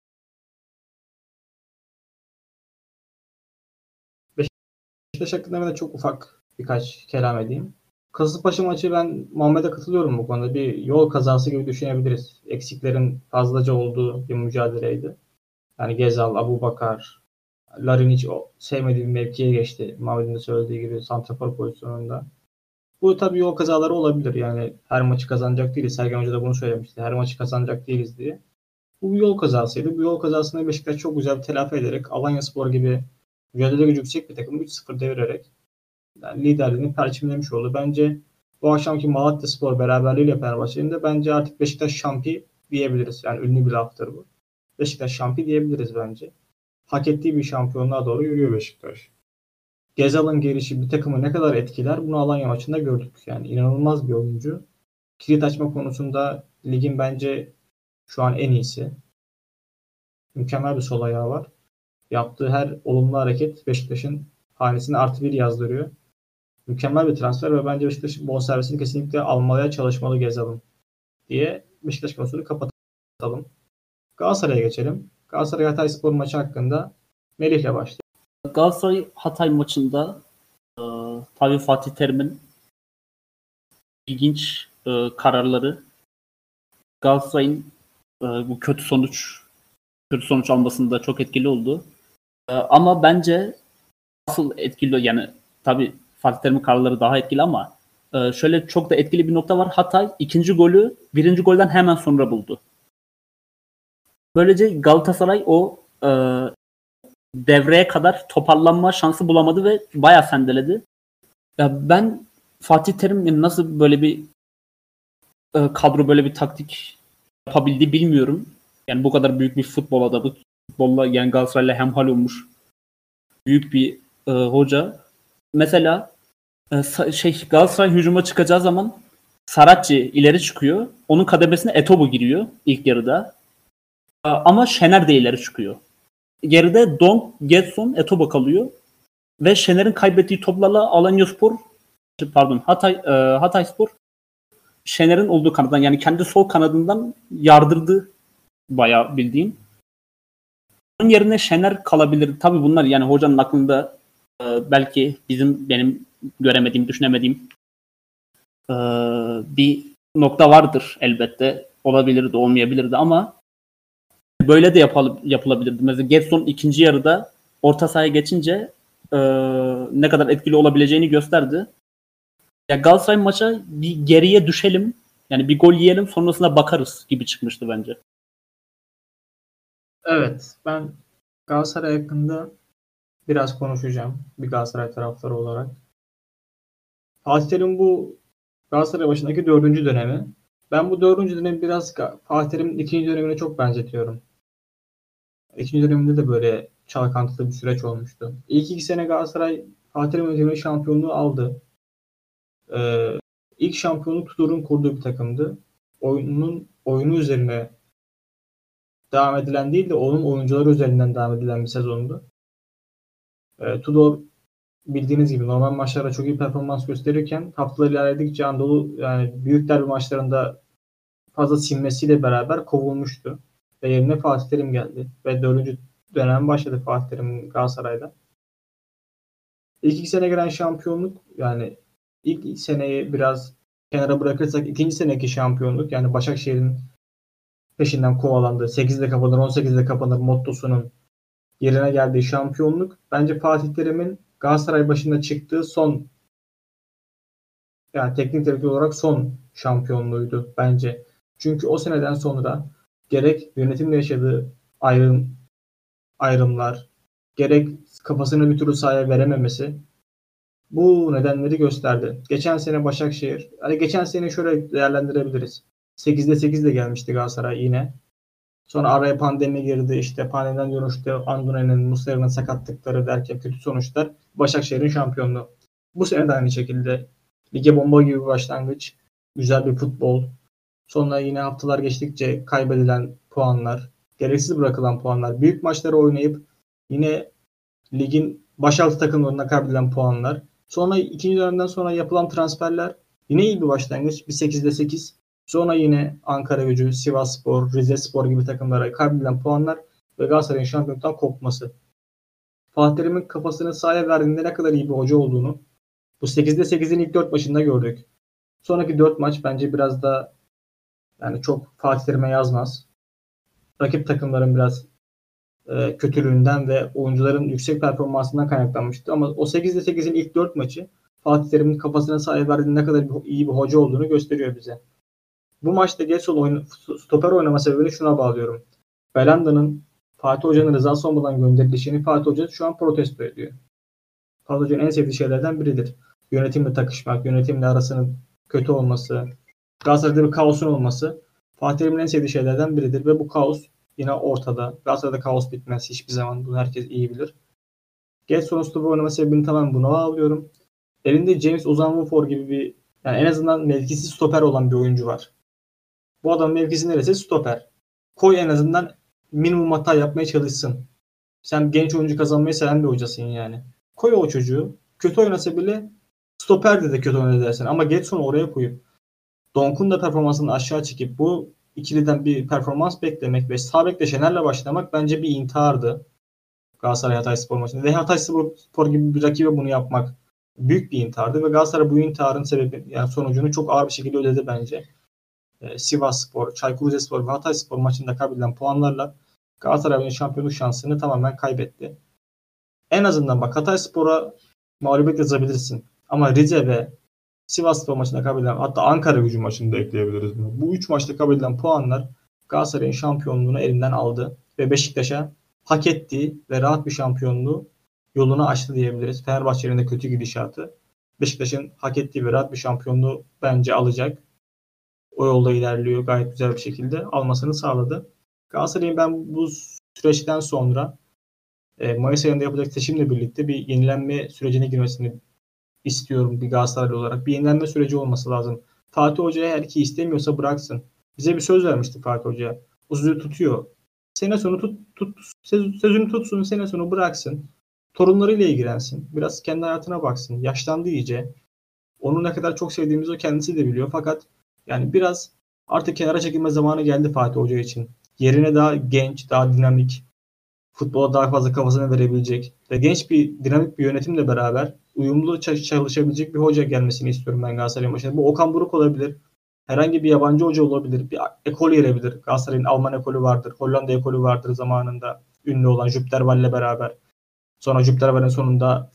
Beşiktaş hakkında ben de çok ufak birkaç kelam edeyim. Kasımpaşa maçı ben Muhammed'e katılıyorum bu konuda. Bir yol kazası gibi düşünebiliriz. Eksiklerin fazlaca olduğu bir mücadeleydi. Yani Gezal, Abubakar, Larin hiç sevmediği bir mevkiye geçti. Muhammed'in de söylediği gibi santrafor pozisyonunda. Bu tabii yol kazaları olabilir. Yani her maçı kazanacak değiliz. Sergen Hoca da bunu söylemişti. Her maçı kazanacak değiliz diye. Bu bir yol kazasıydı. Bu yol kazasını Beşiktaş çok güzel bir telafi ederek Alanyaspor gibi mücadele gücü yüksek bir takımı üç sıfır devirerek yani liderliğini perçinlemiş oldu. Bence bu akşamki Malatyaspor beraberliğiyle Fenerbahçe'nin de bence artık Beşiktaş şampi diyebiliriz. Yani ünlü bir laftır bu. Beşiktaş şampi diyebiliriz bence. Hak ettiği bir şampiyonluğa doğru yürüyor Beşiktaş. Gezal'ın gelişi bir takımı ne kadar etkiler bunu Alanya maçında gördük. Yani inanılmaz bir oyuncu. Kilit açma konusunda ligin bence şu an en iyisi. Mükemmel bir sol ayağı var. Yaptığı her olumlu hareket Beşiktaş'ın hanesine artı bir yazdırıyor. Mükemmel bir transfer ve bence Beşiktaş'ın bonservisini kesinlikle almaya çalışmalı Gezal'ın diye Beşiktaş konusunu kapatalım. Galatasaray'a geçelim. Galatasaray Hatayspor maçı hakkında Melih'le başlayalım. Galatasaray Hatay maçında e, tabii Fatih Terim'in ilginç e, kararları Galatasaray'ın e, bu kötü sonuç kötü sonuç almasında çok etkili oldu. E, ama bence asıl etkili yani tabii Fatih Terim'in kararları daha etkili ama e, şöyle çok da etkili bir nokta var. Hatay ikinci golü birinci golden hemen sonra buldu. Böylece Galatasaray o e, devreye kadar toparlanma şansı bulamadı ve bayağı sendeledi. Ya ben Fatih Terim'in nasıl böyle bir e, kadro böyle bir taktik yapabildiği bilmiyorum. Yani bu kadar büyük bir futbol adamı, futbolla yani Galatasaray'la hemhal olmuş büyük bir e, hoca. Mesela e, şey Galatasaray hücuma çıkacağı zaman Saratçı ileri çıkıyor. Onun kademesine Etobo giriyor ilk yarıda. E, ama Şener de ileri çıkıyor. Geride Donk, Getson, Etobo kalıyor. Ve Şener'in kaybettiği toplarla Alanyaspor pardon Hatay e, Hatayspor Şener'in olduğu kanaddan yani kendi sol kanadından yardırdı bayağı bildiğin. Onun yerine Şener kalabilir. Tabii bunlar yani hocanın aklında e, belki bizim benim göremediğim, düşünemediğim Ee, bir nokta vardır elbette. Olabilirdi, olmayabilirdi ama böyle de yapıl- yapılabilirdi. Mesela Gedson ikinci yarıda orta sahaya geçince e, ne kadar etkili olabileceğini gösterdi. Ya Galatasaray maça bir geriye düşelim, yani bir gol yiyelim sonrasında bakarız gibi çıkmıştı bence. Evet, ben Galatasaray hakkında biraz konuşacağım bir Galatasaray taraftarı olarak. Fatih Terim bu Galatasaray başındaki dördüncü dönemi. Ben bu dördüncü dönemi biraz Ga- Fatih Terim'in ikinci dönemine çok benzetiyorum. İkinci döneminde de böyle çalkantılı bir süreç olmuştu. İlk iki sene Galatasaray Fatih Terim yönetimiyle şampiyonluğu aldı. Ee, ilk şampiyonluk Tudor'un kurduğu bir takımdı. Oyunun oyunu üzerine devam edilen değil de onun oyuncuları üzerinden devam edilen bir sezondu. Ee, Tudor bildiğiniz gibi normal maçlarda çok iyi performans gösterirken haftalar ilerledikçe Anadolu yani büyük derbi maçlarında fazla sinmesiyle beraber kovulmuştu. Ve yerine Fatih Terim geldi. Ve dördüncü dönem başladı Fatih Terim Galatasaray'da. İlk iki sene gelen şampiyonluk yani ilk seneyi biraz kenara bırakırsak ikinci seneki şampiyonluk yani Başakşehir'in peşinden kovalandığı sekizde kapanır on sekizde kapanır mottosunun yerine geldiği şampiyonluk bence Fatih Terim'in Galatasaray başında çıktığı son yani teknik direktör olarak son şampiyonluğuydu bence. Çünkü o seneden sonra gerek yönetimle yaşadığı ayrım, ayrımlar, gerek kafasını bir türlü sahaya verememesi bu nedenleri gösterdi. Geçen sene Başakşehir, hani geçen sene şöyle değerlendirebiliriz. sekizde sekiz de gelmişti Galatasaray yine. Sonra araya pandemi girdi. İşte pandemiden dönüşte Andune'nin, Muslera'nın sakatlıkları derken kötü sonuçlar. Başakşehir'in şampiyonluğu. Bu sene de aynı şekilde lige bomba gibi bir başlangıç. Güzel bir futbol. Sonra yine haftalar geçtikçe kaybedilen puanlar, gereksiz bırakılan puanlar, büyük maçları oynayıp yine ligin başaltı takımlarına kaybedilen puanlar. Sonra ikinci dönemden sonra yapılan transferler yine iyi bir başlangıç. Bir sekizde sekiz. Sonra yine Ankaragücü, Sivasspor, Rizespor gibi takımlara kaybedilen puanlar ve Galatasaray'ın şampiyonluktan kopması. Fatih Terim'in kafasını sahaya verdiğinde ne kadar iyi bir hoca olduğunu bu sekizde sekizin ilk dört maçında gördük. Sonraki dört maç bence biraz da yani çok Fatih Terim'e yazmaz. Rakip takımların biraz e, kötülüğünden ve oyuncuların yüksek performansından kaynaklanmıştı. Ama o sekizde sekizin ilk dört maçı Fatih Terim'in kafasına sahaya verdiğinde ne kadar bir, iyi bir hoca olduğunu gösteriyor bize. Bu maçta Getson oyun, stoper oynama sebebini şuna bağlıyorum. Belanda'nın Fatih Hoca'nın rızası olmadan gönderilişini Fatih Hoca şu an protesto ediyor. Fatih Hoca'nın en sevdiği şeylerden biridir. Yönetimle takışmak, yönetimle arasının kötü olması, Galatasaray'da bir kaosun olması Fatih Terim'in en sevdiği şeylerden biridir ve bu kaos yine ortada. Galatasaray'da kaos bitmez hiçbir zaman. Bunu herkes iyi bilir. Getson'un stoper oynama sebebini tamamen buna bağlıyorum. Elinde James Ozan-Wufor gibi bir yani en azından mevkisiz stoper olan bir oyuncu var. Bu adamın mevkisi neresi? Stoper. Koy en azından minimum hata yapmaya çalışsın. Sen genç oyuncu kazanmayı seven bir hocasın yani. Koy o çocuğu. Kötü oynasa bile stoper de kötü oynadı dersin. Ama Getson'u oraya koyup Donk'un da performansını aşağı çekip bu ikiliden bir performans beklemek ve sağ bekle Şener'le başlamak bence bir intihardı. Galatasaray Hatayspor maçında. Ve Hatayspor gibi bir rakibe bunu yapmak büyük bir intihardı. Ve Galatasaray bu intiharın sebebi yani sonucunu çok ağır bir şekilde ödedi bence. Ee, Sivasspor, Çaykur Rizespor ve Hatayspor maçında kaybedilen puanlarla Galatasaray'ın şampiyonluk şansını tamamen kaybetti. En azından bak Hatayspor'a mağlubiyet yazabilirsin. Ama Rize ve Sivasspor maçında kaybedilen hatta Ankaragücü maçını da ekleyebiliriz bunu. Bu üç maçta kaybedilen puanlar Galatasaray'ın şampiyonluğunu elinden aldı ve Beşiktaş'a hak ettiği ve rahat bir şampiyonluğu yolunu açtı diyebiliriz. Fenerbahçe'nin de kötü gidişatı. Beşiktaş'ın hak ettiği ve rahat bir şampiyonluğu bence alacak. O yolda ilerliyor gayet güzel bir şekilde. Almasını sağladı. Galatasaray'ın ben bu süreçten sonra e, Mayıs ayında yapacak seçimle birlikte bir yenilenme sürecine girmesini istiyorum bir Galatasaraylı olarak. Bir yenilenme süreci olması lazım. Fatih Hoca eğer ki istemiyorsa bıraksın. Bize bir söz vermişti Fatih Hoca. O sözü tutuyor. Sene sonu tut, tut sözünü tutsun, sene sonu bıraksın. Torunlarıyla ilgilensin. Biraz kendi hayatına baksın. Yaşlandı iyice. Onu ne kadar çok sevdiğimizi o kendisi de biliyor. Fakat yani biraz artık kenara çekilme zamanı geldi Fatih Hoca için. Yerine daha genç, daha dinamik, futbola daha fazla kafasını verebilecek ve genç bir dinamik bir yönetimle beraber uyumlu çalışabilecek bir hoca gelmesini istiyorum ben Galatasaray'ın başına. Bu Okan Buruk olabilir. Herhangi bir yabancı hoca olabilir. Bir ekol gelebilir. Galatasaray'ın Alman ekolü vardır. Hollanda ekolü vardır zamanında. Ünlü olan Jupp Derwall'le beraber. Sonra Jupp Derwall'in sonunda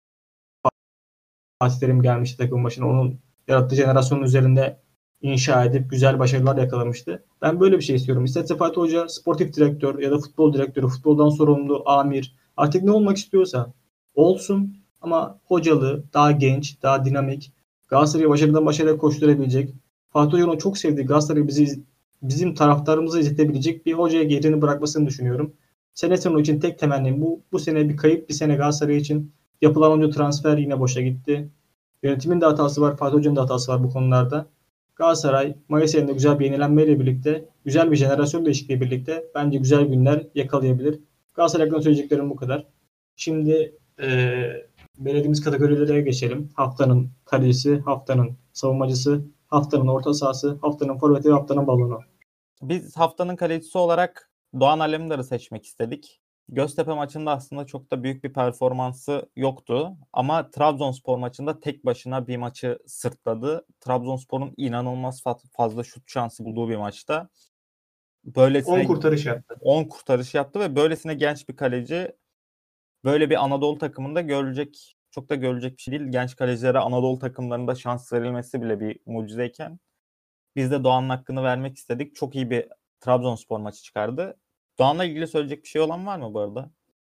Fatih Terim gelmişti takım başına. Onun yarattığı jenerasyonun üzerinde inşa edip güzel başarılar yakalamıştı. Ben böyle bir şey istiyorum. İsterse Fatih Hoca sportif direktör ya da futbol direktörü, futboldan sorumlu amir, artık ne olmak istiyorsa olsun ama hocalığı daha genç, daha dinamik, Galatasaray'ı başarıdan başarıya koşturabilecek, Fatih Hoca'nın çok sevdiği Galatasaray'ı bizi, bizim taraftarımızı izletebilecek bir hocaya yerini bırakmasını düşünüyorum. Sene sonu için tek temennim bu. Bu sene bir kayıp bir sene Galatasaray için. Yapılan onca transfer yine boşa gitti. Yönetimin de hatası var, Fatih Hoca'nın da hatası var bu konularda. Galatasaray Mayıs ayında güzel bir yenilenmeyle birlikte, güzel bir jenerasyon değişikliği birlikte bence güzel günler yakalayabilir. Galatasaray hakkında söyleyeceklerim bu kadar. Şimdi e, belirlediğimiz kategorilere geçelim. Haftanın kalecisi, haftanın savunmacısı, haftanın orta sahası, haftanın forveti ve haftanın balonu. Biz haftanın kalecisi olarak Doğan Alemdar'ı seçmek istedik. Göztepe maçında aslında çok da büyük bir performansı yoktu. Ama Trabzonspor maçında tek başına bir maçı sırtladı. Trabzonspor'un inanılmaz fazla şut şansı bulduğu bir maçta. Böylesine on kurtarış yaptı. on kurtarış yaptı ve böylesine genç bir kaleci böyle bir Anadolu takımında görülecek, çok da görülecek bir şey değil. Genç kalecilere Anadolu takımlarında şans verilmesi bile bir mucizeyken biz de Doğan'ın hakkını vermek istedik. Çok iyi bir Trabzonspor maçı çıkardı. Doğan'la ilgili söyleyecek bir şey olan var mı bu arada?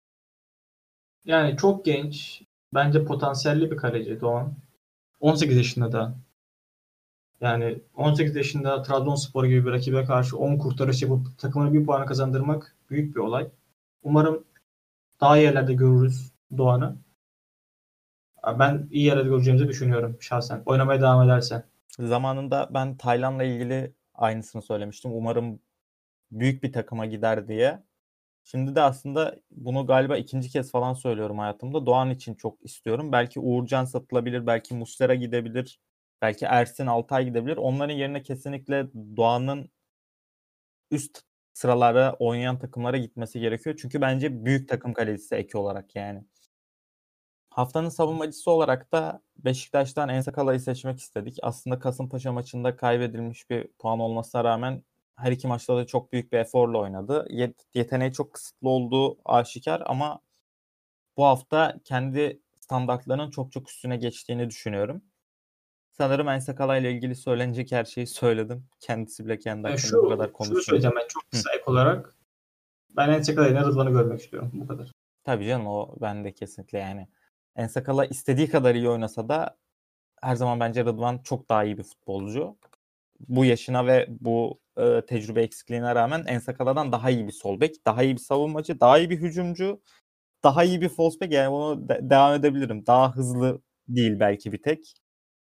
Yani çok genç. Bence potansiyelli bir kaleci Doğan. on sekiz yaşında da. Yani on sekiz yaşında Trabzonspor gibi bir rakibe karşı on kurtarış yapıp takımına bir puanı kazandırmak büyük bir olay. Umarım daha iyi yerlerde görürüz Doğan'ı. Ben iyi yerlerde göreceğimizi düşünüyorum şahsen. Oynamaya devam ederse. Zamanında ben Taylan'la ilgili aynısını söylemiştim. Umarım büyük bir takıma gider diye. Şimdi de aslında bunu galiba ikinci kez falan söylüyorum hayatımda. Doğan için çok istiyorum. Belki Uğurcan satılabilir, belki Muslera gidebilir, belki Ersin Altay gidebilir. Onların yerine kesinlikle Doğan'ın üst sıralara oynayan takımlara gitmesi gerekiyor. Çünkü bence büyük takım kalecisi eki olarak yani. Haftanın savunmacısı olarak da Beşiktaş'tan Ensakala'yı seçmek istedik. Aslında Kasımpaşa maçında kaybedilmiş bir puan olmasına rağmen her iki maçta da çok büyük bir eforla oynadı. Yet- yeteneği çok kısıtlı olduğu aşikar ama bu hafta kendi standartlarının çok çok üstüne geçtiğini düşünüyorum. Sanırım Ensakala ile ilgili söylenecek her şeyi söyledim. Kendisi bile kendi Yani hakkında bu kadar şu, şunu konuşuyor. söyleyeceğim ben çok kısa ek olarak. Ben Ensekala'yla Rıdvan'ı görmek istiyorum. Bu kadar. Tabii canım o ben de kesinlikle yani. Ensakala istediği kadar iyi oynasa da her zaman bence Rıdvan çok daha iyi bir futbolcu. Bu yaşına ve bu e, tecrübe eksikliğine rağmen Ensakala'dan daha iyi bir sol bek, daha iyi bir savunmacı, daha iyi bir hücumcu, daha iyi bir false bek. Yani bunu de- devam edebilirim. Daha hızlı değil belki bir tek.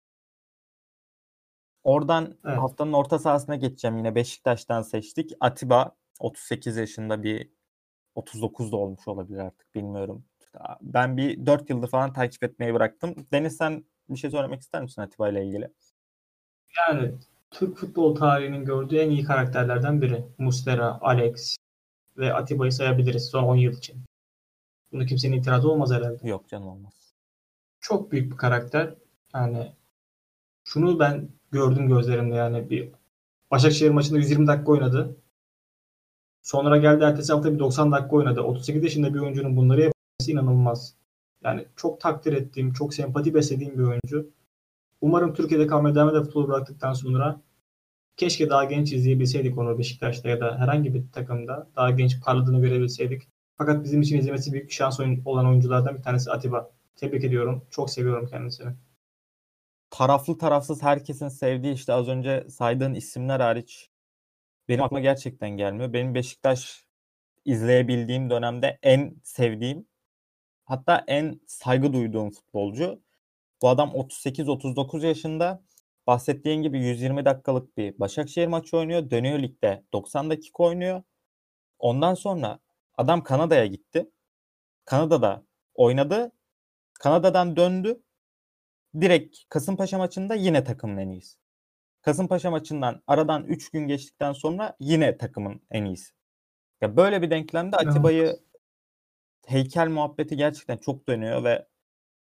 Oradan Evet. haftanın orta sahasına geçeceğim. Yine Beşiktaş'tan seçtik. Atiba otuz sekiz yaşında bir otuz dokuz da olmuş olabilir artık bilmiyorum. Ben bir dört yıldır falan takip etmeyi bıraktım. Deniz sen bir şey söylemek ister misin Atiba ile ilgili? Yani Türk futbol tarihinin gördüğü en iyi karakterlerden biri. Muslera, Alex ve Atiba'yı sayabiliriz son on yıl için. Buna kimsenin itirazı olmaz herhalde. Yok canım olmaz. Çok büyük bir karakter. Yani şunu ben gördüm gözlerimde yani bir Başakşehir maçında yüz yirmi dakika oynadı. Sonra geldi ertesi hafta bir doksan dakika oynadı. otuz sekiz yaşında bir oyuncunun bunları yapması inanılmaz. Yani çok takdir ettiğim, çok sempati beslediğim bir oyuncu. Umarım Türkiye'de kalmaya devam eder futbolu bıraktıktan sonra. Keşke daha genç izleyebilseydik onu Beşiktaş'ta ya da herhangi bir takımda. Daha genç parladığını görebilseydik. Fakat bizim için izlemesi büyük bir şans olan oyunculardan bir tanesi Atiba. Tebrik ediyorum. Çok seviyorum kendisini. Taraflı tarafsız herkesin sevdiği işte az önce saydığın isimler hariç benim aklıma gerçekten gelmiyor. Benim Beşiktaş izleyebildiğim dönemde en sevdiğim hatta en saygı duyduğum futbolcu. Bu adam otuz sekiz otuz dokuz yaşında. Bahsettiğin gibi yüz yirmi dakikalık bir Başakşehir maçı oynuyor. Dönüyor ligde doksan dakika oynuyor. Ondan sonra adam Kanada'ya gitti. Kanada'da oynadı. Kanada'dan döndü. Direkt Kasımpaşa maçında yine takımın en iyisi. Kasımpaşa maçından aradan üç gün geçtikten sonra yine takımın en iyisi. Ya böyle bir denklemde Atiba'yı heykel muhabbeti gerçekten çok dönüyor ve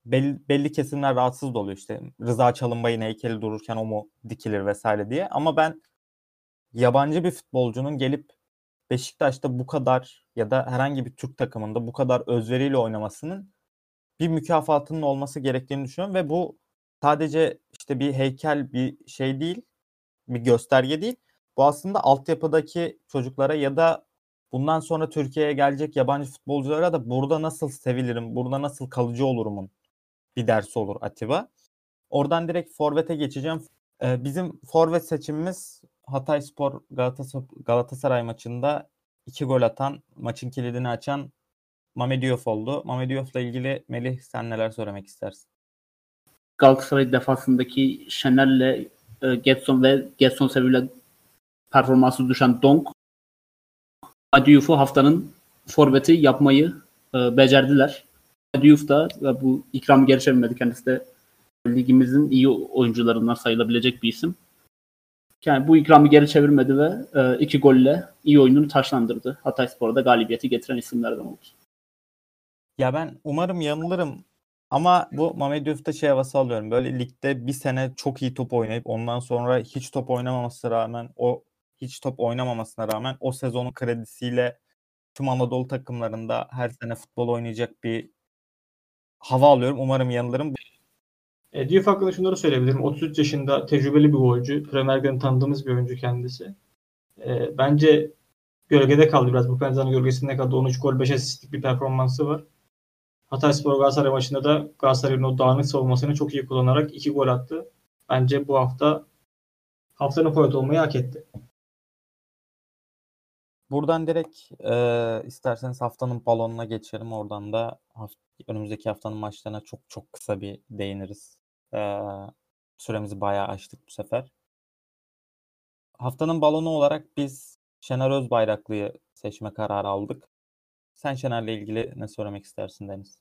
belli, belli kesimler rahatsız da oluyor işte. Rıza Çalınbay'ın heykeli dururken o mu dikilir vesaire diye. Ama ben yabancı bir futbolcunun gelip Beşiktaş'ta bu kadar ya da herhangi bir Türk takımında bu kadar özveriyle oynamasının bir mükafatının olması gerektiğini düşünüyorum ve bu sadece işte bir heykel, bir şey değil, bir gösterge değil. Bu aslında altyapıdaki çocuklara ya da bundan sonra Türkiye'ye gelecek yabancı futbolculara da burada nasıl sevilirim, burada nasıl kalıcı olurumun bir dersi olur Atiba. Oradan direkt forvete geçeceğim. Ee, bizim forvet seçimimiz Hatayspor Galatasaray, Galatasaray maçında iki gol atan, maçın kilidini açan Mame Diouf oldu. Mame Diouf'la ilgili Melih sen neler söylemek istersin? Galatasaray defansındaki Şener'le e, Getson ve Getson sebebiyle performansı düşen Donk, Diouf'u haftanın forveti yapmayı e, becerdiler. Diouf da ve bu ikramı geri çevirmedi. Kendisi de ligimizin iyi oyuncularından sayılabilecek bir isim. Yani bu ikramı geri çevirmedi ve e, iki golle iyi oyununu taşlandırdı. Hatayspor'da galibiyeti getiren isimlerden oldu. Ya ben umarım yanılırım ama bu Mame Diouf'ta şey havası alıyorum. Böyle ligde bir sene çok iyi top oynayıp ondan sonra hiç top oynamamasına rağmen o hiç top oynamamasına rağmen o sezonun kredisiyle tüm Anadolu takımlarında her sene futbol oynayacak bir hava alıyorum. Umarım yanılırım. E, Diouf hakkında şunları söyleyebilirim. otuz üç yaşında tecrübeli bir golcü. Premier Lig'den tanıdığımız bir oyuncu kendisi. E, bence gölgede kaldı biraz. Bu Penza'nın gölgesinde kaldı. on üç gol beş asistlik bir performansı var. Hatayspor Galatasaray maçında da Galatasaray'ın o dağınık savunmasını çok iyi kullanarak iki gol attı. Bence bu hafta haftanın forvet olmayı hak etti. Buradan direkt e, isterseniz haftanın balonuna geçelim. Oradan da haft- önümüzdeki haftanın maçlarına çok çok kısa bir değiniriz. E, süremizi bayağı aştık bu sefer. Haftanın balonu olarak biz Şener Özbayraklı'yı seçme kararı aldık. Sen Şener'le ilgili ne söylemek istersin Deniz?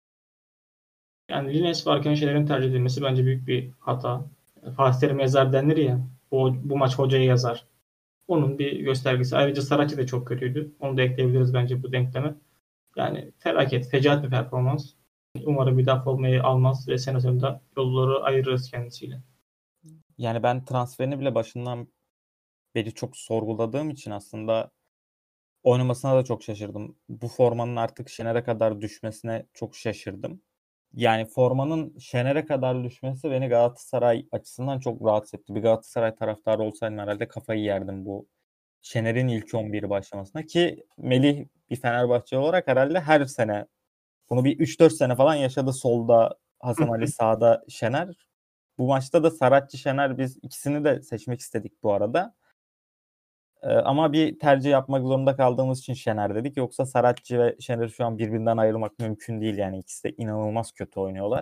Yani Lines varken Şener'in tercih edilmesi bence büyük bir hata. Fatih Terim yazar denir ya. Bu, bu maç hocayı yazar. Onun bir göstergesi. Ayrıca Saratçı da çok kötüydü. Onu da ekleyebiliriz bence bu denkleme. Yani felaket, fecaat bir performans. Umarım bir daha formayı almaz ve sene sonunda yolları ayırırız kendisiyle. Yani ben transferini bile başından beri çok sorguladığım için aslında oynamasına da çok şaşırdım. Bu formanın artık Şener'e kadar düşmesine çok şaşırdım. Yani formanın Şener'e kadar düşmesi beni Galatasaray açısından çok rahatsız etti. Bir Galatasaray taraftarı olsaydım herhalde kafayı yerdim bu Şener'in ilk on biri başlamasına ki Melih bir Fenerbahçe olarak herhalde her sene bunu bir üç dört sene falan yaşadı solda Hasan Ali sağda Şener. Bu maçta da Saratçı Şener biz ikisini de seçmek istedik bu arada. Ee, ama bir tercih yapmak zorunda kaldığımız için Şener dedik. Yoksa Saratçı ve Şener'i şu an birbirinden ayırmak mümkün değil. Yani ikisi de inanılmaz kötü oynuyorlar.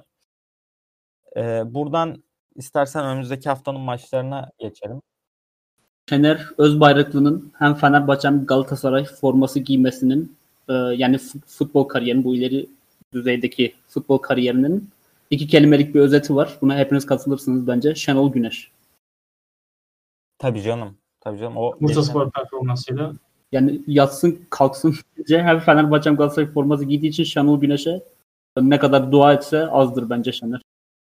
Ee, buradan istersen önümüzdeki haftanın maçlarına geçelim. Şener Özbayraklı'nın hem Fenerbahçe hem Galatasaray forması giymesinin e, yani futbol kariyerinin bu ileri düzeydeki futbol kariyerinin iki kelimelik bir özeti var. Buna hepiniz katılırsınız bence. Şenol Güneş. Tabii canım. Tabii canım. O Bursaspor performansıyla. Yani yatsın kalksın bence hem Fenerbahçe hem Galatasaray forması giydiği için Şenol Güneş'e ne kadar dua etse azdır bence Şener.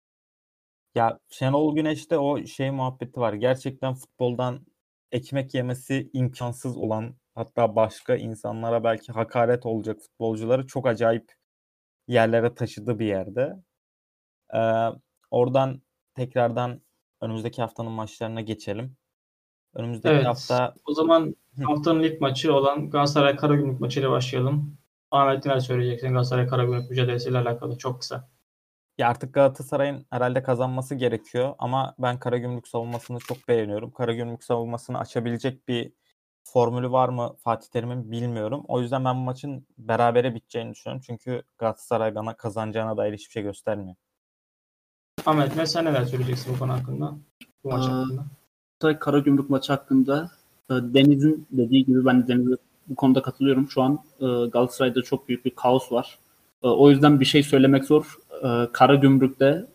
Ya Şenol Güneş'te o şey muhabbeti var. Gerçekten futboldan ekmek yemesi imkansız olan hatta başka insanlara belki hakaret olacak futbolcuları çok acayip yerlere taşıdı bir yerde. Ee, oradan tekrardan önümüzdeki haftanın maçlarına geçelim. Önümüzdeki Evet. hafta O zaman haftanın ilk maçı olan Galatasaray Karagümrük maçıyla başlayalım. Ahmet neler söyleyeceksin Galatasaray Karagümrük mücadelesiyle alakalı? Çok kısa. ya artık Galatasaray'ın herhalde kazanması gerekiyor ama ben Karagümrük savunmasını çok beğeniyorum. Karagümrük savunmasını açabilecek bir formülü var mı Fatih Terim'in bilmiyorum. O yüzden ben bu maçın berabere biteceğini düşünüyorum. Çünkü Galatasaray bana kazanacağına dair hiçbir şey göstermiyor. Ahmet ne sen neler söyleyeceksin bu konu hakkında? Bu maç Aa, hakkında. Galatasaray Karagümrük maçı hakkında e, Deniz'in dediği gibi ben Deniz'e bu konuda katılıyorum. Şu an e, Galatasaray'da çok büyük bir kaos var. E, o yüzden bir şey söylemek zor. E, Karagümrük'te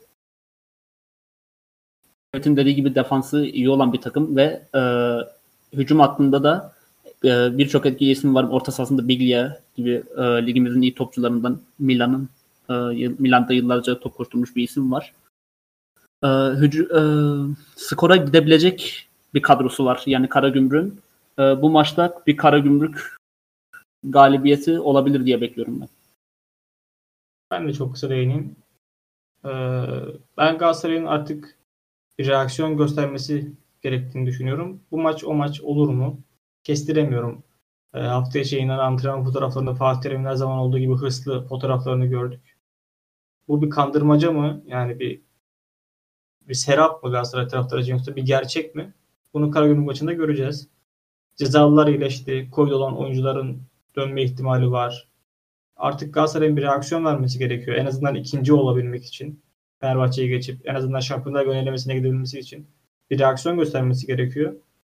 Mehmet'in dediği gibi defansı iyi olan bir takım ve e, hücum hattında da e, birçok etkili isim var. Orta sahasında Biglia gibi e, ligimizin iyi topçularından Milan'ın E, Milan'da yıllarca top koşturmuş bir isim var. E, hücu- e, skora gidebilecek bir kadrosu var. Yani Karagümrük'ün. E, bu maçta bir Karagümrük galibiyeti olabilir diye bekliyorum ben. Ben de çok kısa değineyim. Ee, ben Galatasaray'ın artık bir reaksiyon göstermesi gerektiğini düşünüyorum. Bu maç o maç olur mu? Kestiremiyorum. E, hafta içi yayınlanan antrenman fotoğraflarında Fatih Terim'in her zaman olduğu gibi hırslı fotoğraflarını gördük. Bu bir kandırmaca mı? Yani bir bir serap mı Galatasaray taraftarı için yoksa bir gerçek mi? Bunu Karagümrük maçında göreceğiz. Cezalılar iyileşti. Covid olan oyuncuların dönme ihtimali var. Artık Galatasaray'ın bir reaksiyon vermesi gerekiyor. En azından ikinci olabilmek için. Fenerbahçe'yi geçip en azından Şampiyonlar yönelemesine gidebilmesi için bir reaksiyon göstermesi gerekiyor.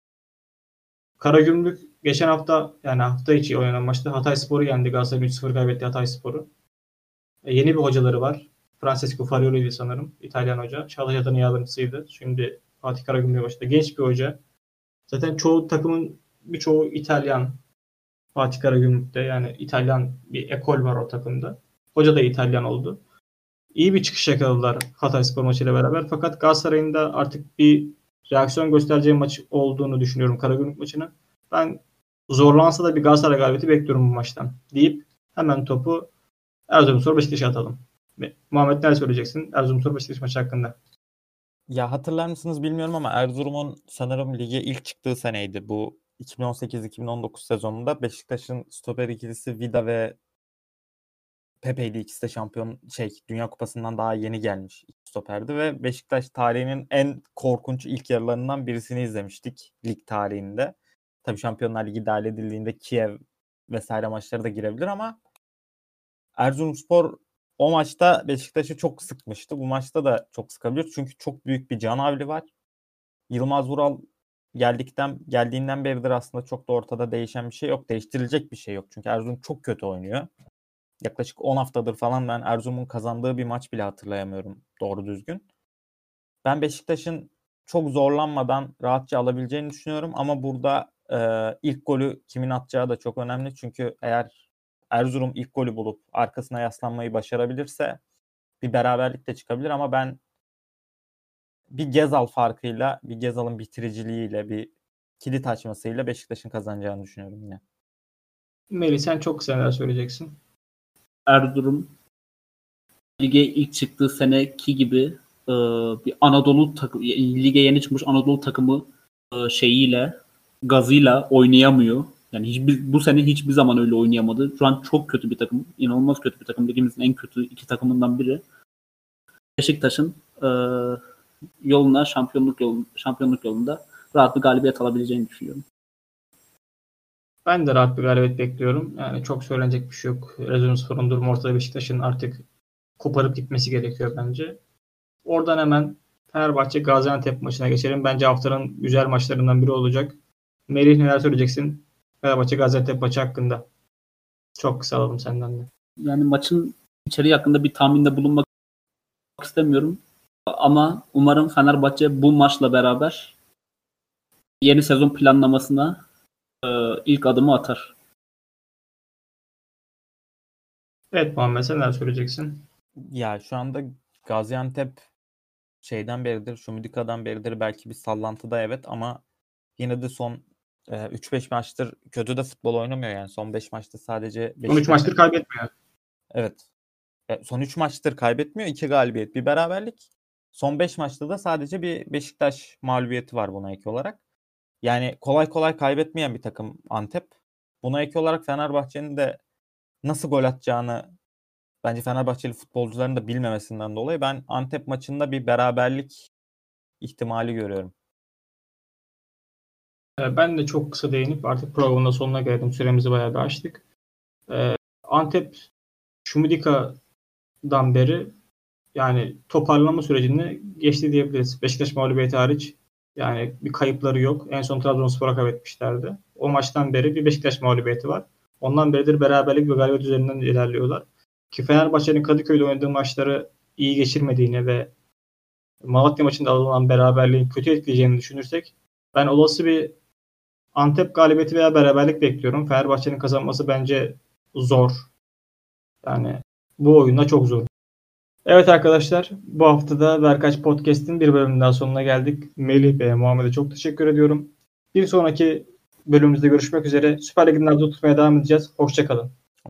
Karagümrük geçen hafta yani hafta içi oynanan maçta Hatayspor'u yendi. Galatasaray üç sıfır kaybetti Hatayspor'u. E, yeni bir hocaları var. Francesco Farioli'ydi sanırım. İtalyan hoca. Çağdaş Atan'ın yardımcısıydı. Şimdi Fatih Karagümrük başta. Genç bir hoca. Zaten çoğu takımın birçoğu İtalyan. Fatih Karagümrük'te yani İtalyan bir ekol var o takımda. Hoca da İtalyan oldu. İyi bir çıkış yakaladılar Hatayspor maçıyla beraber. Fakat Galatasaray'ın da artık bir reaksiyon göstereceği maç olduğunu düşünüyorum Karagümrük maçının. Ben zorlansa da bir Galatasaray galibiyeti bekliyorum bu maçtan deyip hemen topu Erzurumspor Beşiktaş'a atalım. Muhammed neler söyleyeceksin Erzurumspor Beşiktaş maçı hakkında? Ya hatırlar mısınız bilmiyorum ama Erzurum'un sanırım lige ilk çıktığı seneydi. Bu iki bin on sekiz iki bin on dokuz sezonunda Beşiktaş'ın stoper ikilisi Vida ve Pepe'ydi. İkisi de şampiyon şey Dünya Kupası'ndan daha yeni gelmiş stoperdi ve Beşiktaş tarihinin en korkunç ilk yarılarından birisini izlemiştik lig tarihinde. Tabii Şampiyonlar Ligi dahil edildiğinde Kiev vesaire maçları da girebilir ama Erzurumspor o maçta Beşiktaş'ı çok sıkmıştı. Bu maçta da çok sıkabilir. Çünkü çok büyük bir canavli var. Yılmaz Vural geldikten geldiğinden beridir aslında çok da ortada değişen bir şey yok. Değiştirilecek bir şey yok. Çünkü Erzurum çok kötü oynuyor. Yaklaşık on haftadır falan ben Erzurum'un kazandığı bir maç bile hatırlayamıyorum doğru düzgün. Ben Beşiktaş'ın çok zorlanmadan rahatça alabileceğini düşünüyorum ama burada e, ilk golü kimin atacağı da çok önemli. Çünkü eğer Erzurum ilk golü bulup arkasına yaslanmayı başarabilirse bir beraberlik de çıkabilir ama ben bir Gezal farkıyla, bir Gezal'ın bitiriciliğiyle, bir kilit açmasıyla Beşiktaş'ın kazanacağını düşünüyorum yine. Melih sen çok kısa neler söyleyeceksin? Erzurum lige ilk çıktığı seneki gibi e, bir Anadolu takımı, lige yeni çıkmış Anadolu takımı e, şeyiyle, gazıyla oynayamıyor. Yani hiçbir, bu sene hiçbir zaman öyle oynayamadı. Şu an çok kötü bir takım. İnanılmaz kötü bir takım. Ligimizin en kötü iki takımından biri. Beşiktaş'ın e, yoluna, şampiyonluk yolunda, şampiyonluk yolunda rahat bir galibiyet alabileceğini düşünüyorum. Ben de rahat bir galibiyet bekliyorum. Yani çok söylenecek bir şey yok. Erzurumspor'un durumu ortada. Beşiktaş'ın artık koparıp gitmesi gerekiyor bence. Oradan hemen Fenerbahçe Gaziantep maçına geçelim. Bence haftanın güzel maçlarından biri olacak. Melih neler söyleyeceksin Fenerbahçe Gaziantep maçı hakkında? Çok kısa alalım senden de. Yani maçın içeriği hakkında bir tahminde bulunmak istemiyorum. Ama umarım Fenerbahçe bu maçla beraber yeni sezon planlamasına e, ilk adımı atar. Evet Muhammed sen neler söyleyeceksin? Ya şu anda Gaziantep şeyden beridir, Şumidika'dan beridir belki bir sallantıda evet ama yine de son e, üç beş maçtır kötü de futbol oynamıyor yani. Son beş maçta sadece Son üç maçtır kaybetmiyor. Evet. E, son üç maçtır kaybetmiyor. iki galibiyet, bir beraberlik. Son beş maçta da sadece bir Beşiktaş mağlubiyeti var buna ek olarak. Yani kolay kolay kaybetmeyen bir takım Antep. Buna ek olarak Fenerbahçe'nin de nasıl gol atacağını bence Fenerbahçeli futbolcuların da bilmemesinden dolayı ben Antep maçında bir beraberlik ihtimali görüyorum. Ben de çok kısa değinip artık programın da sonuna geldim. Süremizi bayağı bir açtık. Antep Şumidika'dan beri yani toparlanma sürecini geçti diyebiliriz. Beşiktaş mağlubiyeti hariç yani bir kayıpları yok. En son Trabzonspor'a kaybetmişlerdi. O maçtan beri bir Beşiktaş mağlubiyeti var. Ondan beridir beraberlik ve galibiyet üzerinden ilerliyorlar. Ki Fenerbahçe'nin Kadıköy'de oynadığı maçları iyi geçirmediğini ve Malatya maçında alınan beraberliğin kötü etkileyeceğini düşünürsek ben olası bir Antep galibiyeti veya beraberlik bekliyorum. Fenerbahçe'nin kazanması bence zor. Yani bu oyunda çok zor. Evet arkadaşlar, bu hafta da Berkaç Podcast'in bir bölümünden sonuna geldik. Melih ve Muhammed'e çok teşekkür ediyorum. Bir sonraki bölümümüzde görüşmek üzere. Süper Lig'in nabzını tutmaya devam edeceğiz. Hoşça kalın.